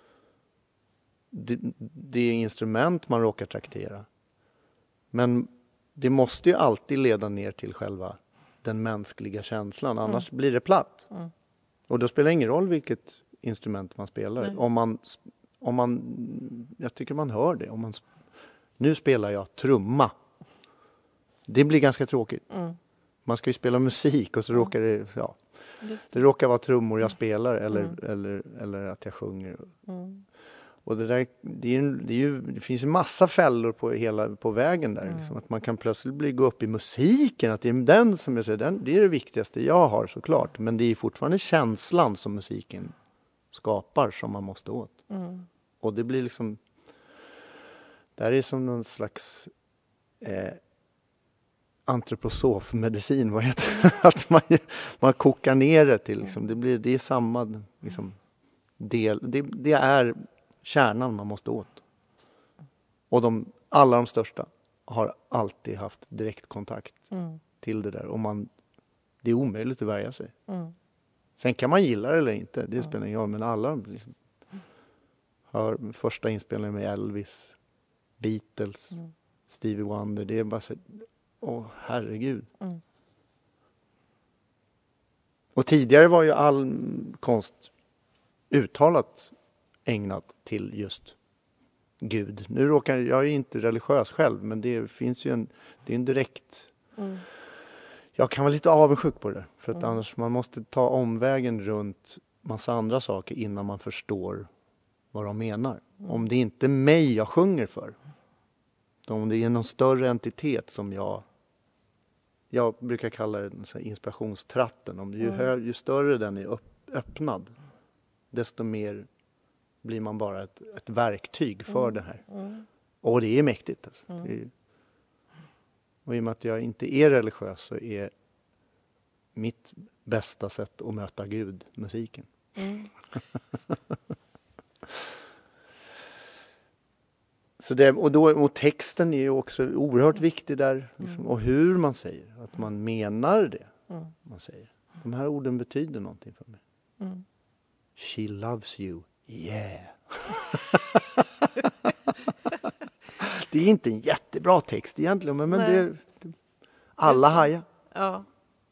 det instrument man råkar traktera. Men det måste ju alltid leda ner till själva den mänskliga känslan. Annars blir det platt. Och då spelar det ingen roll vilket instrument man spelar. Nej. Om man, jag tycker man hör det. Nu spelar jag trumma. Det blir ganska tråkigt. Man ska ju spela musik och så råkar det... Ja, det råkar vara trummor jag spelar eller att jag sjunger. Och det där, det finns ju massa fällor på vägen där. Liksom, att man kan plötsligt gå upp i musiken. Att det är den som jag säger, det är det viktigaste jag har såklart. Men det är fortfarande känslan som musiken skapar som man måste åt. Och det blir liksom... Det här är som någon slags... antroposofmedicin, vad heter det? Att man kokar ner det till liksom, det är samma liksom, del, det är kärnan man måste åt. Och alla de största har alltid haft direktkontakt till det där, och det är omöjligt att värja sig. Sen kan man gilla det eller inte, det spelar ingen roll, men alla liksom, har första inspelningen med Elvis, Beatles, Stevie Wonder, det är bara så. Herregud. Och tidigare var ju all konst uttalat ägnat till just Gud. Nu jag är inte religiös själv, men det finns ju det är en direkt... Jag kan vara lite avundsjuk på det. För att annars man måste ta omvägen runt massa andra saker innan man förstår vad de menar. Om det inte är mig jag sjunger för. Om det är någon större entitet som jag brukar kalla det så här inspirationstratten. Om det ju större den är öppnad, desto mer blir man bara ett verktyg för det här. Och det är mäktigt. Alltså. Och i och med att jag inte är religiös så är mitt bästa sätt att möta Gud musiken. Så och texten är ju också oerhört viktig där. Liksom, och hur man säger. Att man menar det man säger. De här orden betyder någonting för mig. She loves you. Yeah. Det är inte en jättebra text egentligen. Men alla hajar. Ja.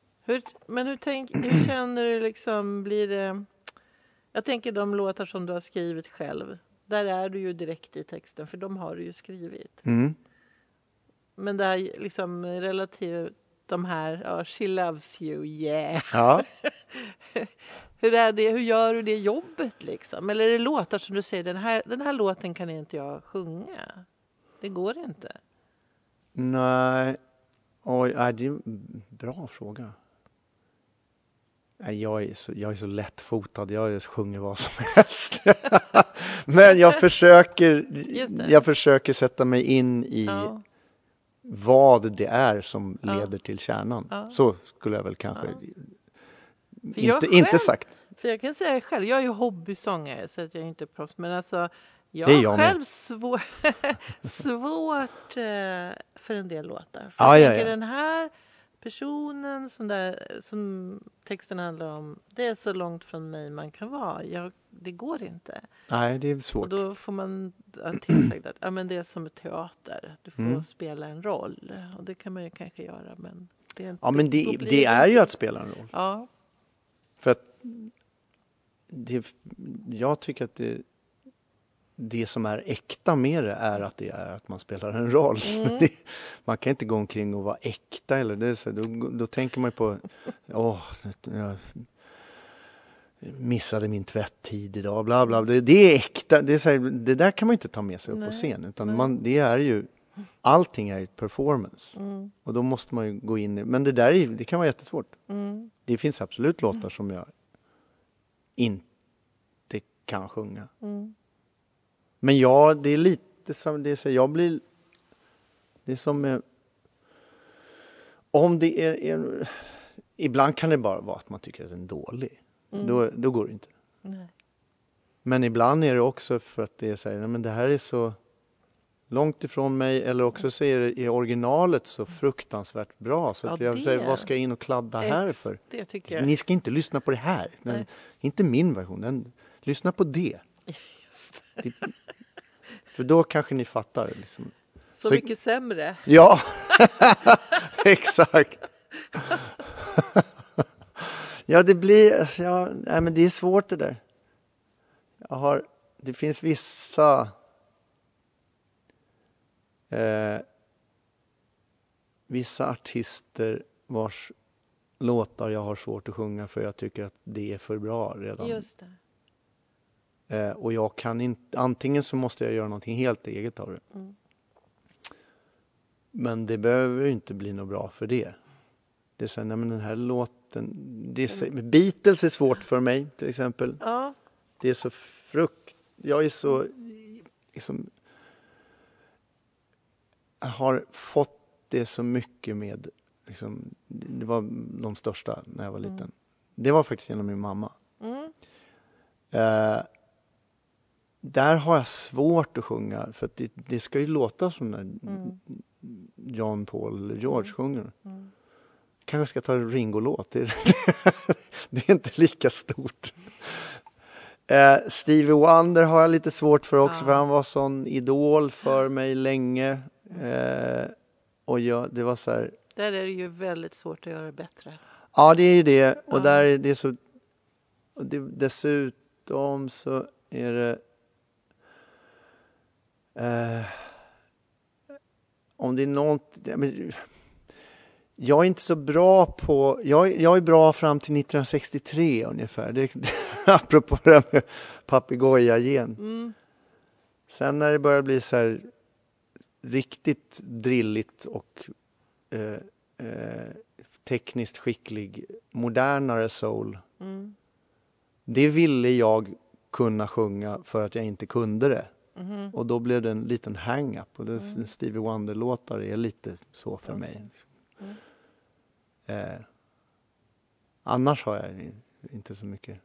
Hur känner du liksom, blir det... Jag tänker de låtar som du har skrivit själv. Där är du ju direkt i texten, för de har du ju skrivit. Men det är liksom relativt de här, she loves you, yeah. Ja. Hur är det? Hur gör du det jobbet liksom? Eller är det låtar som du säger, den här låten kan inte jag sjunga? Det går inte. Nej. Oj, det är en bra fråga. Jag är så lättfotad. Jag sjunger vad som helst. Men jag försöker sätta mig in i vad det är som leder till kärnan. Så skulle jag väl kanske inte sagt. För jag kan säga själv, jag är ju hobbysångare så att jag är inte proffs. Men alltså, Jag Det är har jag själv med. svårt för en del låtar. För Ja, jag ja, tänker ja. den här personen som texten handlar om, det är så långt från mig man kan vara. Det går inte. Nej, det är Och svårt. då får man tillsagt att ja, men det är som teater. Du får Mm. spela en roll. Och det kan man ju kanske göra. Men det är inte, Ja, men då det blir är ju inte- att spela en roll. Ja. För att jag tycker att det som är äkta med det är att man spelar en roll. Mm. Man kan inte gå omkring och vara äkta. Eller det är så, då tänker man på jag missade min tvätttid idag. Bla, bla, bla. Det är äkta. Det är så här, det där kan man inte ta med sig upp på scen. Utan det är ju, allting är ju ett performance. Mm. Och då måste man ju gå in i, men det kan vara jättesvårt. Mm. Det finns absolut låtar som jag inte kan sjunga. Mm. Men det är lite som det är så jag blir, det är som om det är ibland kan det bara vara att man tycker att den är dålig. Då går det inte. Nej. Men ibland är det också för att det är så här, nej, men det här är så långt ifrån mig, eller också så är det i originalet så fruktansvärt bra så att jag säger, vad ska jag in och kladda här för? Det tycker jag. Ni ska inte lyssna på det här. Inte min version. Lyssna på det. Just. För då kanske ni fattar. Liksom. Så mycket sämre. Ja, exakt. Ja, det blir... nej, men det är svårt det där. Det finns vissa... vissa artister vars låtar jag har svårt att sjunga för jag tycker att det är för bra redan. Just det. Och jag kan inte... Antingen så måste jag göra någonting helt eget av det. Mm. Men det behöver ju inte bli något bra för det. Det är så här, nej men den här låten... Beatles är svårt för mig, till exempel. Ja. Det är så jag är så... Liksom, jag har fått det så mycket med... Liksom, det var de största när jag var liten. Det var faktiskt genom min mamma. Mm. Där har jag svårt att sjunga. För att det ska ju låta som när John, Paul eller George sjunger. Mm. Kanske ska ta en Ringo-låt. Det är inte lika stort. Stevie Wonder har jag lite svårt för också. För han var sån idol för mig länge. Och det var så här... Där är det ju väldigt svårt att göra bättre. Ja, det är ju det. Och där är det så... Och dessutom så är det... om det är något... Jag är inte så bra på... Jag är bra fram till 1963 ungefär. Apropå det här med papegoja-gen. Mm. Sen när det börjar bli så här riktigt drilligt och tekniskt skicklig, modernare soul. Mm. Det ville jag kunna sjunga för att jag inte kunde det. Mm. Och då blev det en liten hang-up. Och Stevie Wonder-låtar är lite så för mig. Annars har jag inte så mycket.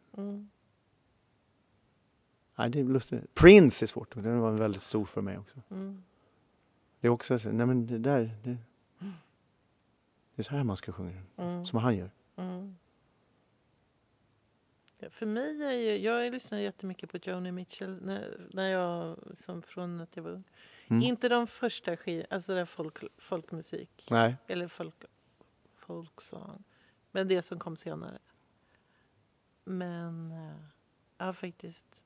Nej, det är lustigt. Prince är svårt. Det var väldigt stor för mig också. Det är också så, nej men det är så här man ska sjunga. Som han gör. Ja, för mig är jag lyssnar jättemycket på Joni Mitchell när jag, som från att jag var ung. Inte de första alltså det folkmusik. Nej. Eller folksång. Men det som kom senare. Men jag har faktiskt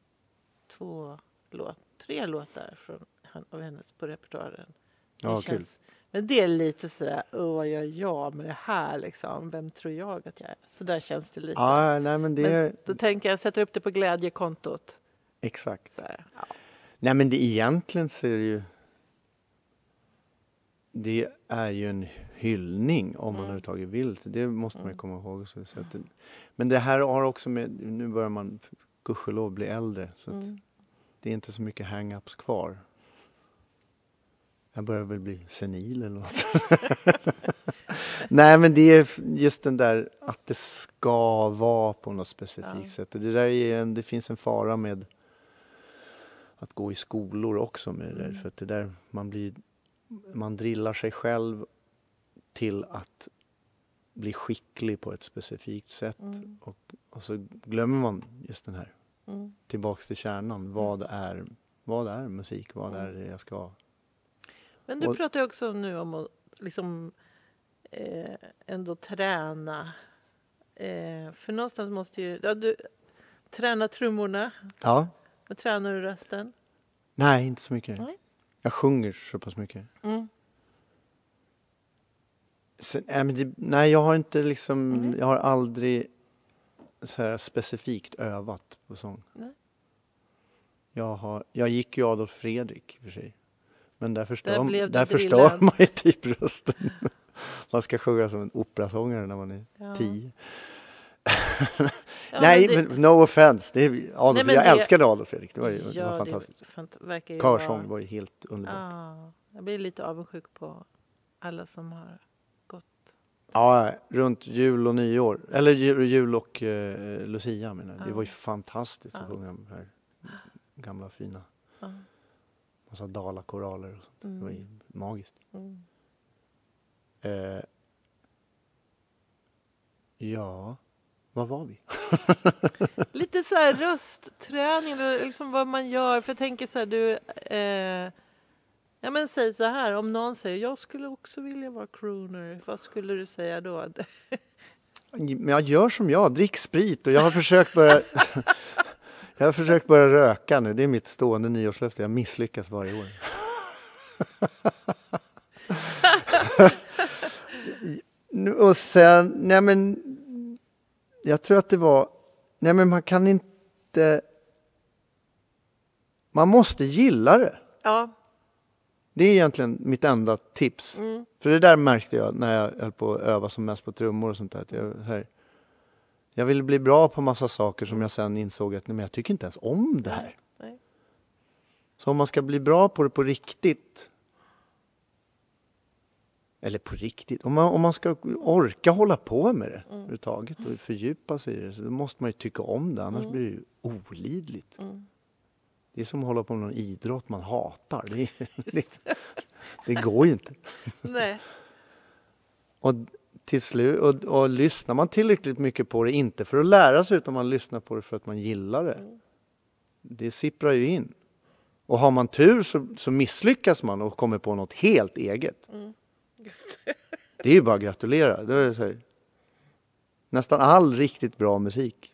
3 låtar av hennes på repertoaren. Ja, kul. Men det är lite sådär, vad gör jag med det här liksom? Vem tror jag att jag är? Så där känns det lite. Ja, nej men Men då tänker jag, sätter upp det på glädjekontot. Exakt. Så här, ja. Nej men egentligen så är det är ju en hyllning om man överhuvudtaget vill. Det måste man ju komma ihåg. Så att men det här har också med, nu börjar man gudskelov bli äldre. Så att det är inte så mycket hang-ups kvar. Jag börjar väl bli senil eller något. Nej men det är just den där att det ska vara på något specifikt sätt. Och det finns en fara med att gå i skolor också med det där. För att det där man drillar sig själv till att bli skicklig på ett specifikt sätt. Och så glömmer man just den här tillbaks till kärnan. Vad är musik? Vad är det jag ska... Men du pratar ju också nu om att liksom ändå träna. För någonstans måste ju... Ja, du tränar trummorna. Ja. Men tränar du rösten? Nej, inte så mycket. Nej. Jag sjunger så pass mycket. Sen, nej, jag har inte liksom... Jag har aldrig så här specifikt övat på sång. Nej. Jag gick ju Adolf Fredrik för sig. Men där förstör man ju typ rösten. Man ska sjunga som en operasångare när man är 10. Nej, men no offense. Jag älskade Adolf Fredrik. Det var fantastiskt. Körsång var ju helt underbart. Ja, jag blir lite avundsjuk på alla som har gått. Ja, runt jul och nyår. Eller jul och Lucia menar jag. Det var ju fantastiskt att sjunga de här gamla fina. Massa dalakoraler och sånt. Det var ju magiskt. Ja, vad var vi? Lite så här röstträning eller liksom vad man gör. För jag tänker så här, ja men säg så här, om någon säger jag skulle också vilja vara crooner, vad skulle du säga då? Men jag gör som jag, drick sprit och jag har försökt börja röka nu. Det är mitt stående nyårslöfte. Jag misslyckas varje år. Och sen, nej men jag tror att det var, nej men man kan inte, man måste gilla det. Ja. Det är egentligen mitt enda tips. För det där märkte jag när jag höll på att öva som mest på trummor och sånt där. Att jag ville bli bra på massa saker som jag sen insåg att nej, men jag tycker inte ens om det här. Nej. Så om man ska bli bra på det på riktigt, eller på riktigt, om man ska orka hålla på med det överhuvudtaget och fördjupa sig i det, så måste man ju tycka om det, annars blir det ju olidligt. Det är som att hålla på med någon idrott man hatar. Det går ju inte. Nej. Och till slut, och lyssnar man tillräckligt mycket på det, inte för att lära sig, utan man lyssnar på det för att man gillar det. Det sipprar ju in. Och har man tur så misslyckas man och kommer på något helt eget. Just det. Det är ju bara att gratulera. Det är så här, nästan all riktigt bra musik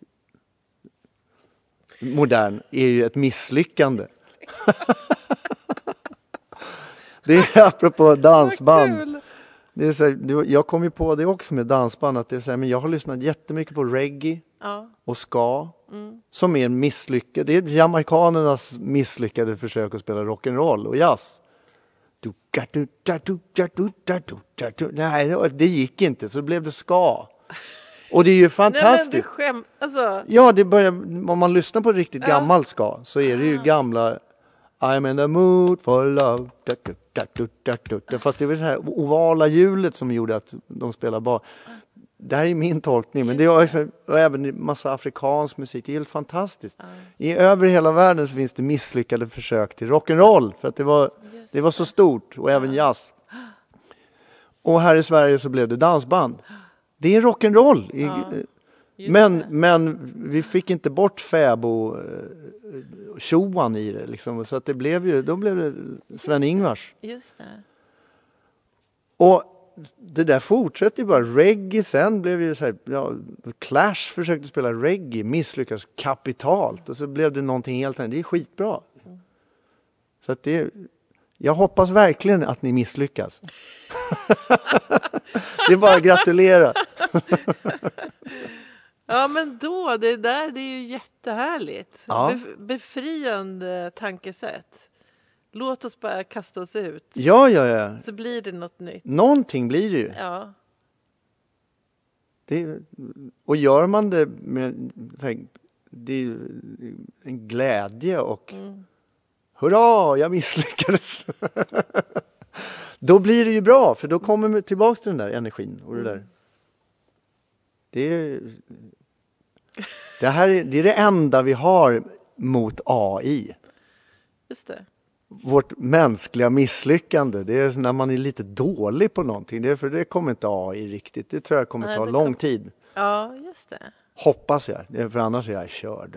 modern är ju ett misslyckande. Det är apropå dansband. Det är så här, jag kom ju på det också med dansband, att det är så här, men jag har lyssnat jättemycket på reggae och ska som är en misslyckad. Det är jamaikanernas misslyckade försök att spela rock'n'roll och jazz. Nej, det gick inte, så blev det ska. Och det är ju fantastiskt. Nej, men ja, det börjar, om man lyssnar på riktigt gammal ska, så är det ju gamla I'm in the mood for love. Fast det var det här ovala hjulet som gjorde att de spelar bara. Det här är min tolkning, men det är också, och även massa afrikansk musik. Det är helt fantastiskt. Över hela världen så finns det misslyckade försök till rock'n'roll, för att det var så stort, och även jazz. Och här i Sverige så blev det dansband. Det är rock'n'roll. Men vi fick inte bort fäbo tjoan i det liksom, så att då blev det Sven-Ingvars. Just det. Och det där fortsätter ju bara. Reggae sen blev ju så här, Clash försökte spela reggae, misslyckas kapitalt, och så blev det någonting helt annat. Det är skitbra. Så att jag hoppas verkligen att ni misslyckas. Det är bara att gratulera. Ja, men då, det är ju jättehärligt. Ja. Befriande tankesätt. Låt oss bara kasta oss ut. Ja. Så blir det något nytt. Någonting blir det ju. Ja. Och gör man det med det är en glädje och hurra, jag misslyckades. Då blir det ju bra, för då kommer vi tillbaka till den där energin och det där. Det är det enda vi har mot AI. just det. Vårt mänskliga misslyckande, det är när man är lite dålig på någonting. För det kommer inte AI riktigt. Det tror jag kommer ta lång tid. Ja, just det. Hoppas jag, för annars är jag körd.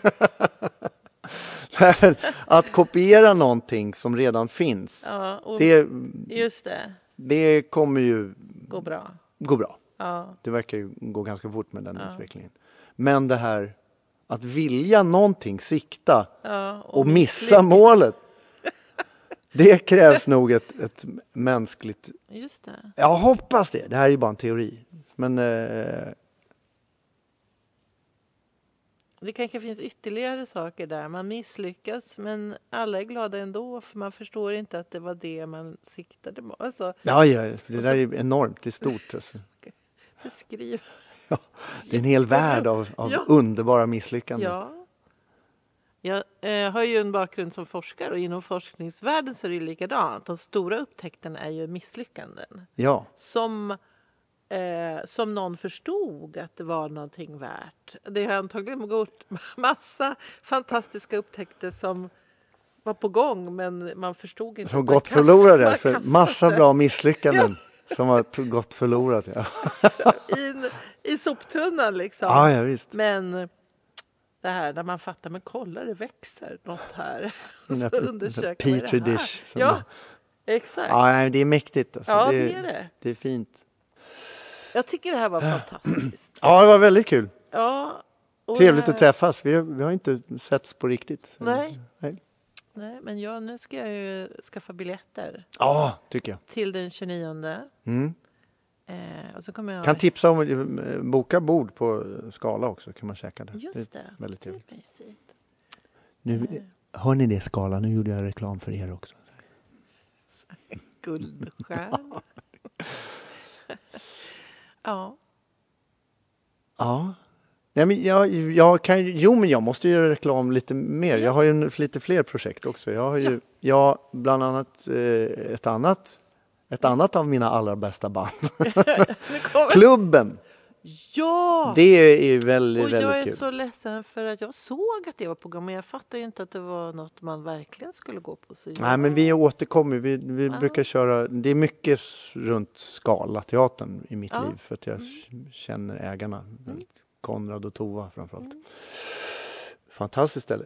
Att kopiera någonting som redan finns, just det. Det kommer ju gå bra. Ja. Det verkar ju gå ganska fort med den utvecklingen. Men det här att vilja någonting, sikta och missa målet. Det krävs nog ett mänskligt... Just det. Jag hoppas det. Det här är ju bara en teori. Men... Det kanske finns ytterligare saker där. Man misslyckas, men alla är glada ändå. För man förstår inte att det var det man siktade på. Alltså, ja, det där är enormt. Det är stort. Alltså. Beskriv. Ja, det är en hel värld av underbara misslyckanden. Ja. Jag har ju en bakgrund som forskare och inom forskningsvärlden så är det ju likadant. De stora upptäckterna är ju misslyckanden. Ja. Som någon förstod att det var någonting värt. Det har antagligen gått massa fantastiska upptäckter som var på gång, men man förstod inte. Som gått förlorade, för massa bra misslyckanden som har gått förlorade. Ja. I soptunnan liksom. Ja, visst. Men det här när man fattar, men kolla det växer något här. Så undersöker man Petri det här. dish. Ja, exakt. Ja, det är mäktigt. Alltså. Ja, det är det. Det är fint. Jag tycker det här var fantastiskt. Ja, det var väldigt kul. Ja. Trevligt att träffas. Vi har inte setts på riktigt. Nej, men nu ska jag ju skaffa biljetter. Ja, tycker jag. Till den 29. Mm. Och så kommer jag... Kan tipsa om att boka bord på Skala också. Kan man käka det. Just det. Väldigt trevligt. Nu, hör ni det, Skala? Nu gjorde jag reklam för er också. Guldstjärn. Ja. Ja. Nej, men jag måste göra reklam lite mer. Jag har ju lite fler projekt också. Jag har ju bland annat ett annat av mina allra bästa band. Klubben. Ja! Det är väldigt kul. Jag är så ledsen för att jag såg att det var på gång, men jag fattar ju inte att det var något man verkligen skulle gå på. Så Nej, men vi återkommer. Vi brukar köra. Det är mycket runt Skala-teatern i mitt liv för att jag känner ägarna. Konrad och Tova framförallt. Fantastiskt ställe.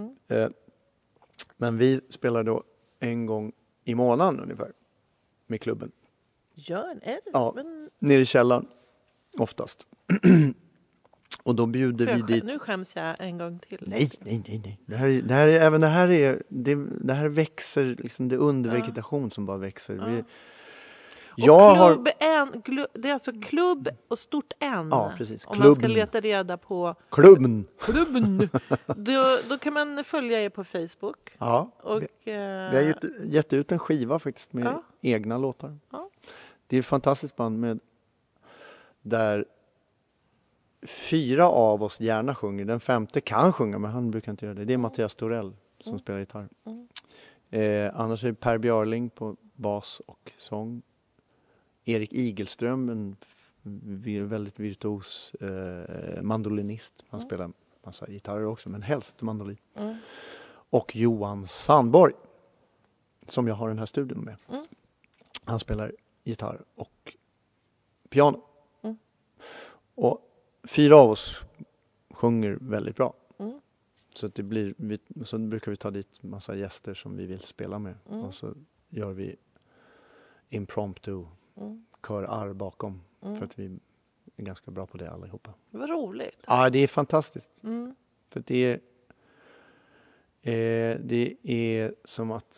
Men vi spelar då en gång i månaden ungefär med klubben. Är det? Ja, men... nere i källaren oftast. Och då bjuder vi dit... Nu skäms jag en gång till. Nej. Det här växer, liksom det är undervegetation som bara växer. Det är alltså klubb och stort N. Ja, precis. Om man ska leta reda på klubben. Då kan man följa er på Facebook. Ja. Och, vi har gett ut en skiva faktiskt med egna låtar. Ja. Det är ett fantastiskt band där 4 av oss gärna sjunger. Den 5:e kan sjunga, men han brukar inte göra det. Det är Mattias Torell som spelar gitarr. Annars är det Per Björling på bas och sång. Erik Igelström, en väldigt virtuos mandolinist. Han spelar massa gitarrer också, men helst mandolin. Och Johan Sandborg, som jag har den här studion med. Han spelar gitarr och piano. Och 4 av oss sjunger väldigt bra. Så att så brukar vi ta dit massa gäster som vi vill spela med. Och så gör vi impromptu kör bakom. För att vi är ganska bra på det allihopa. Vad roligt. Ja, det är fantastiskt. För det är som att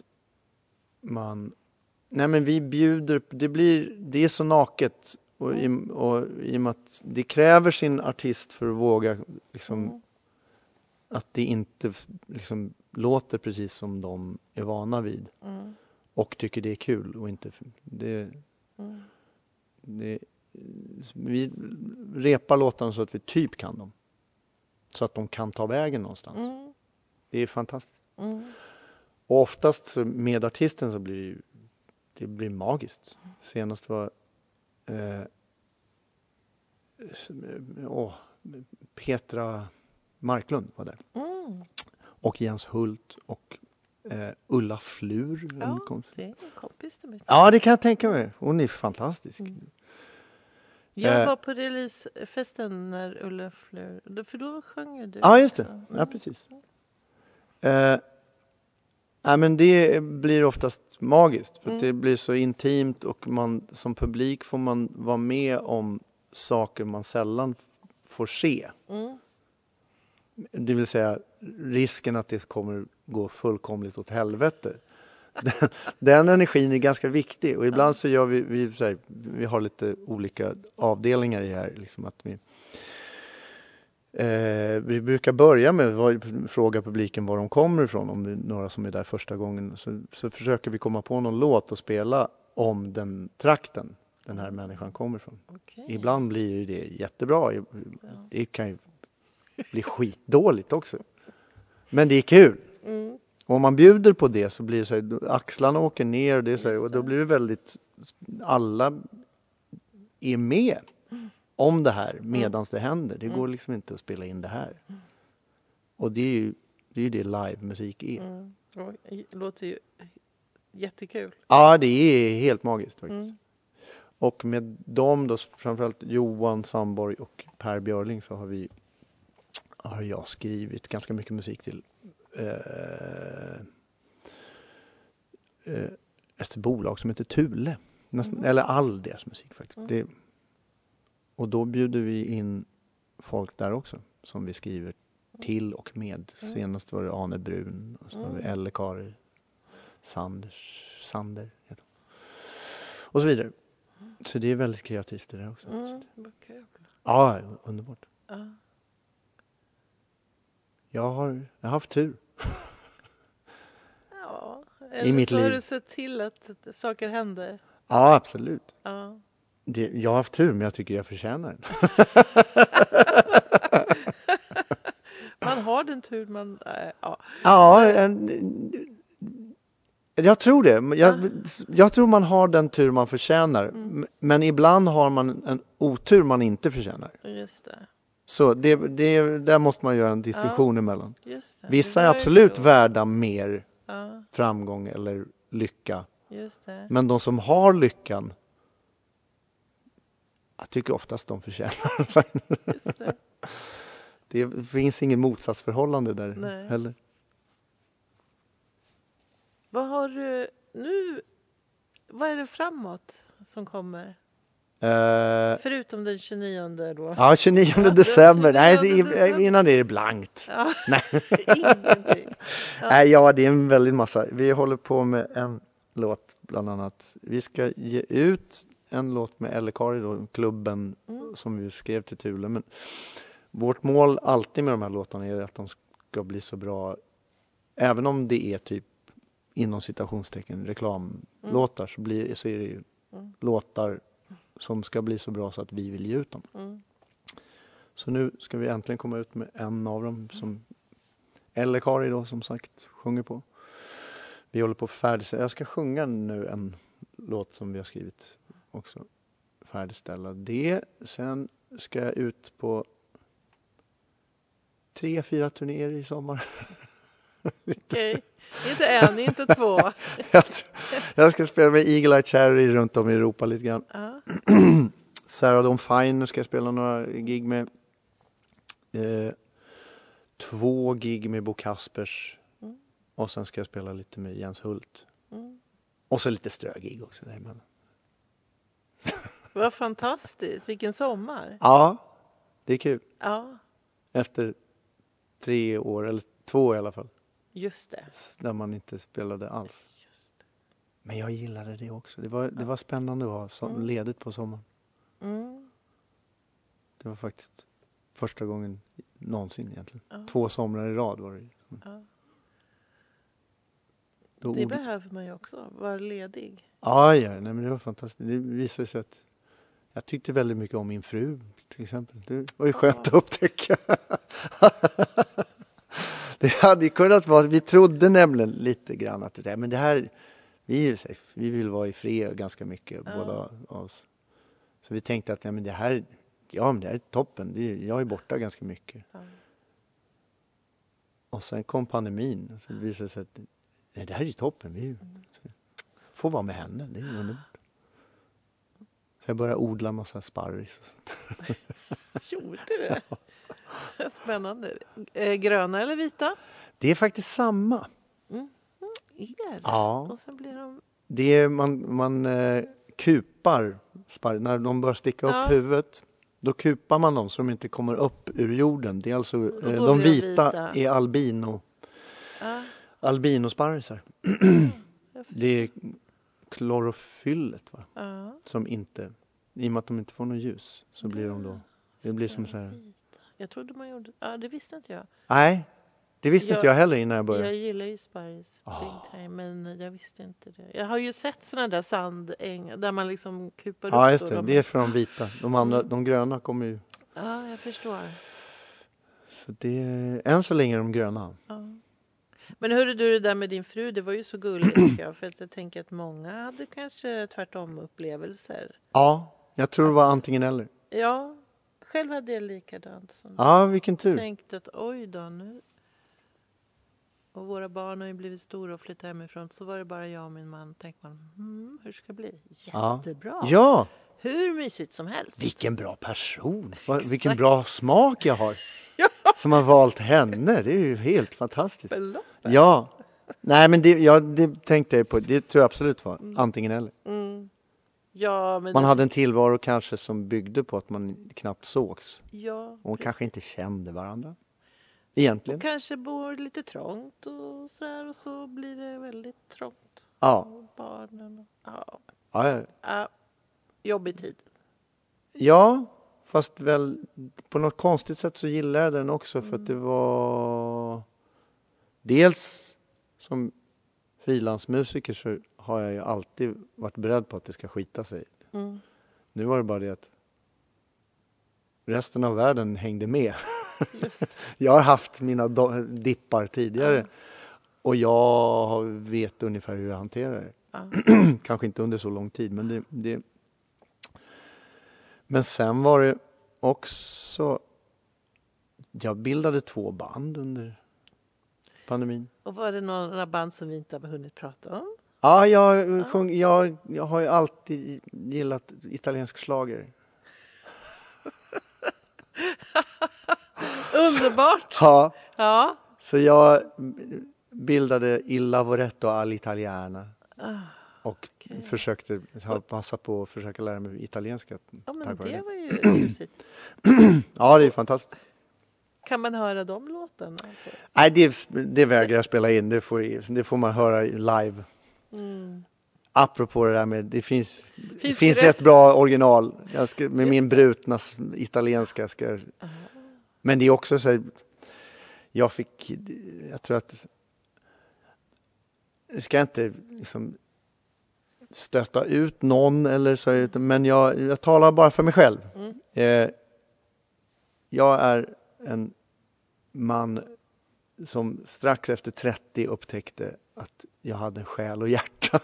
vi bjuder, det är så naket. Och i och med att det kräver sin artist för att våga liksom, att det inte liksom låter precis som de är vana vid. Och tycker det är kul och inte vi repar låtarna så att vi typ kan dem. Så att de kan ta vägen någonstans. Det är fantastiskt. Och oftast så med artisten så blir det blir magiskt. Senast var Petra Marklund var där. Och Jens Hult och Ulla Flur. Ja, det är en kompis till mig. Ja, det kan jag tänka mig. Hon är fantastisk. Jag var på releasefesten när Ulla Flur... För då sjöng ju du. Ja, just det. också. Ja, precis. Men det blir oftast magiskt. För att det blir så intimt och man som publik får man vara med om saker man sällan får se. Det vill säga risken att det kommer gå fullkomligt åt helvete. Den energin är ganska viktig och ibland så gör vi har lite olika avdelningar i det här. Liksom att vi brukar börja med att fråga publiken var de kommer ifrån, om det är några som är där första gången. Så försöker vi komma på någon låt och spela om den trakten den här människan kommer ifrån. Okay. Ibland blir ju det jättebra. Det kan ju bli skitdåligt också. Men det är kul. Och om man bjuder på det så blir det så här, axlarna åker ner och, det är så här, och då blir det väldigt, alla är med om det här medans det händer. Det går liksom inte att spela in det här. Och det är ju det live-musik är. Det låter ju jättekul. Ja, det är helt magiskt faktiskt. Och med dem då, framförallt Johan Sandborg och Per Björling, så har jag skrivit ganska mycket musik till ett bolag som heter Thule. Eller all deras musik faktiskt. Och då bjuder vi in folk där också som vi skriver till och med. Senast var det Arne Brun och så var det Elle-Kari Sander heter hon. Och så vidare. Så det är väldigt kreativt det där också. Vad kul. Ja, underbart. Jag har haft tur. Ja, I eller mitt så har liv. du sett till att saker händer. Ja, absolut. Ja. Jag har haft tur, men jag tycker jag förtjänar den. Man har den tur man... Jag tror det. Jag tror man har den tur man förtjänar. Men ibland har man en otur man inte förtjänar. Just det. Så där måste man göra en distinktion emellan. Just det. Vissa är absolut värda mer framgång eller lycka. Just det. Men de som har lyckan, jag tycker oftast de förtjänar. Just det. Det finns ingen motsatsförhållande där heller. Vad har du nu? Vad är det framåt som kommer? Förutom den 29 då. Ja, 29 december. Nej, innan det är det blankt. Ja. Nej. Ingenting. Nej, det är en väldigt massa. Vi håller på med en låt bland annat. Vi ska ge ut en låt med Elle-Kari då, klubben som vi skrev till Thule. Men vårt mål alltid med de här låtarna är att de ska bli så bra. Även om det är typ inom citationstecken reklamlåtar så är det ju låtar som ska bli så bra så att vi vill ge ut dem. Så nu ska vi äntligen komma ut med en av dem som Elle-Kari då som sagt sjunger på. Vi håller på färdigställa. Jag ska sjunga nu en låt som vi har skrivit också. Färdigställa det. Sen ska jag ut på 3-4 turnéer i sommar. Okej. Inte en, inte två. Jag ska spela med Eagle Eye Cherry runt om i Europa lite grann. Sarah Dawn Finer ska jag spela några gig med. 2 gig med Bo Kaspers. Och sen ska jag spela lite med Jens Hult. Och så lite strögig också däremellan. Vad fantastiskt, vilken sommar. Ja, det är kul. Ja. Efter 3 år, eller 2 i alla fall. Just det. Där man inte spelade alls. Men jag gillade det också. Det var spännande att ha ledigt på sommaren. Det var faktiskt första gången någonsin egentligen. 2 somrar i rad var det. Det behöver man ju också, vara ledig. Nej, men det var fantastiskt. Det visade sig att jag tyckte väldigt mycket om min fru till exempel. Det var ju skönt att upptäcka. Det hade kunnat vara, vi trodde nämligen lite grann att men det här, vi vill vara i fred ganska mycket båda av oss. Så vi tänkte att men det här är toppen. Jag är borta ganska mycket. Och sen kom pandemin. Så det visade sig att Nej, det här är ju toppen. Vi får vara med henne. Det är ju underbart. Så jag börjar odla massa sparris och sånt. Gjorde du? Ja. Spännande. Gröna eller vita? Det är faktiskt samma. Är det? Ja. Och sen blir de... Det är, man kupar sparris. När de börjar sticka upp huvudet, då kupar man dem så de inte kommer upp ur jorden. Det är alltså, de vita är albinosparrisar. Det är klorofyllet, va? Som inte, i och med att de inte får något ljus, så blir de då, det blir som så här. Jag trodde man gjorde, det visste inte jag. Nej, det visste inte jag heller innan jag började. Jag gillar ju sparris, men jag visste inte det. Jag har ju sett såna där sandängar där man liksom kupar upp. Ja, just det. Det är för de vita. De andra, de gröna kommer ju. Ja, jag förstår. Så det är, än så länge är de gröna. Ja. Men hörde du det där med din fru, det var ju så gulligt. För att jag tänker att många hade kanske tvärtom upplevelser. Ja, jag tror det var antingen eller. Ja, själv hade jag likadant. Som ja, vilken tur. Jag tänkte att oj då nu. Och våra barn har ju blivit stora och flyttat hemifrån. Så var det bara jag och min man. Tänkte man, hur ska det bli? Jättebra. Ja. Hur mysigt som helst. Vilken bra person. Vilken bra smak jag har. Som har valt henne. Det är ju helt fantastiskt. Beloppen. Ja. Nej, men det tänkte jag på. Det tror jag absolut var antingen eller. Ja, men man hade en tillvaro kanske som byggde på att man knappt sågs. Ja, och kanske inte kände varandra. Egentligen. Och kanske bor lite trångt och så här, och så blir det väldigt trångt. Ja. Och barnen. Ja. Jobbig tid. Ja, fast väl på något konstigt sätt så gillar jag den också för att det var dels som frilansmusiker så har jag ju alltid varit beredd på att det ska skita sig. Nu var det bara det att resten av världen hängde med. Just. Jag har haft mina dippar tidigare och jag vet ungefär hur jag hanterar det. Kanske inte under så lång tid, men det. Men sen var det också, jag bildade 2 band under pandemin. Och var det några band som vi inte har hunnit prata om? Ja, jag har ju alltid gillat italiensk schlager. Underbart! Ja. Så jag bildade Il Lavoretto all'Italiana. Och försökte, har passat på att försöka lära mig italienska. Ja, men det var ju ljusigt. Ja, det är fantastiskt. Kan man höra de låtarna? Nej, det vägrar jag spela in. Det får man höra live. Apropå det där med, det finns ett bra original. Med min brutna italienska. Men det är också så här, jag tror att jag ska inte liksom stöta ut någon eller så, men jag talar bara för mig själv. Jag är en man som strax efter 30 upptäckte att jag hade en själ och hjärta.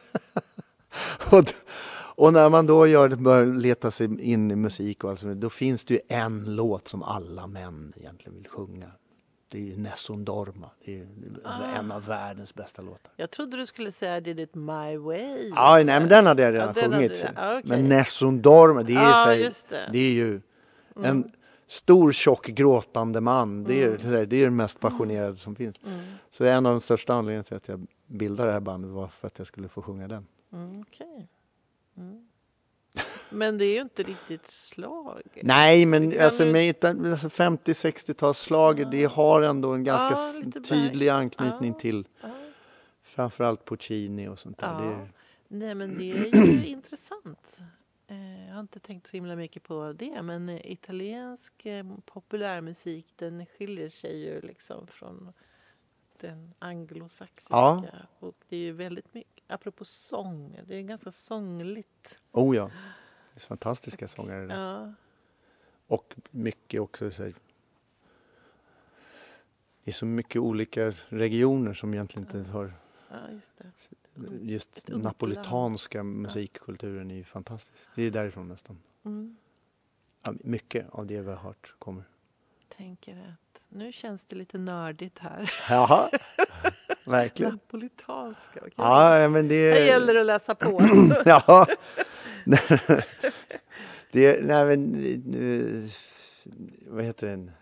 och när man då börjar leta sig in i musik och alltså, då finns det ju en låt som alla män egentligen vill sjunga. Det är ju Nessun Dorma. Det är en av världens bästa låtar. Jag trodde du skulle säga Did it my way. Ja, nej, men den hade jag redan sjungit. Okay. Men Nessun Dorma, det är ju en stor, tjock, gråtande man. Det är den mest passionerade som finns. Så en av de största anledningarna till att jag bildade det här bandet var för att jag skulle få sjunga den. Okej. Men det är ju inte riktigt slag. Nej, men alltså, 50-60-tals slag, det har ändå en ganska tydlig anknytning till framförallt Puccini och sånt där. Nej, men det är ju intressant. Jag har inte tänkt så himla mycket på det, men italiensk populärmusik, den skiljer sig ju liksom från den anglosaxiska. Och det är ju väldigt mycket, apropå sång, det är ganska sångligt. Oh ja, det är fantastiska sångare där. Och mycket också så här, det är så mycket olika regioner som egentligen inte hör. Just napolitanska musikkulturen är ju fantastisk. Det är därifrån nästan. Ja, mycket av det vi har hört kommer. Tänker att Nu känns det lite nördigt här. Jaha, verkligen. Napolitanska. Okay. Ja, men det gäller att läsa på. Ja. Nej men, vad heter den?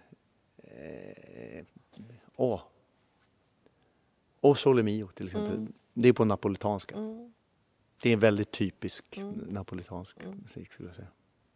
O Sole Mio till exempel. Det är på napolitanska. Det är en väldigt typisk napolitansk musik skulle jag säga.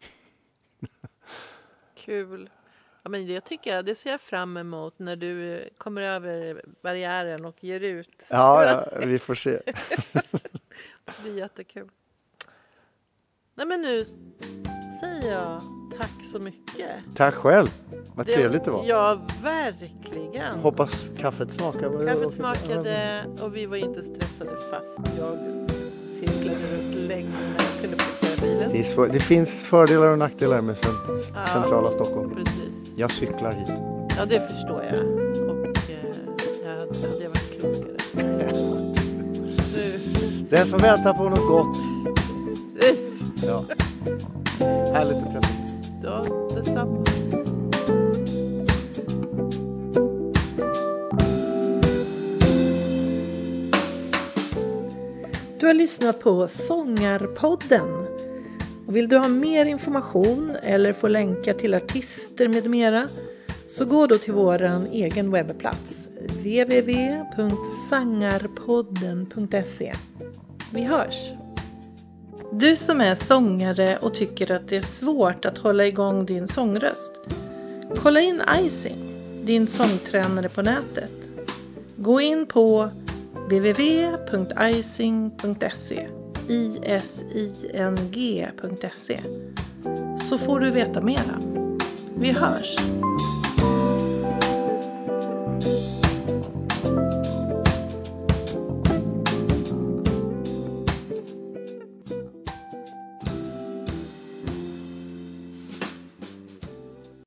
Kul. Ja, men det ser jag fram emot när du kommer över barriären och ger ut. Ja, vi får se. Det blir jättekul. Nej, men nu säger jag tack så mycket. Tack själv. Vad trevligt det var. Ja, verkligen. Hoppas kaffet smakade. Kaffet smakade och vi var inte stressade fast. Jag cirklade runt länge när jag kunde parkera bilen. Det finns fördelar och nackdelar med centrala Stockholm. Precis. Jag cyklar hit. Ja, det förstår jag. Och hade jag varit klokare. Den som väntar på något gott. Precis. Ja. Härligt att träffa. Ja, detsamma. Du har lyssnat på Sångarpodden. Och vill du ha mer information eller få länkar till artister med mera, så gå då till våran egen webbplats www.sangarpodden.se. Vi hörs! Du som är sångare och tycker att det är svårt att hålla igång din sångröst, kolla in Icing, din sångtränare på nätet. Gå in på www.icing.se ising.se så får du veta mera. Vi hörs!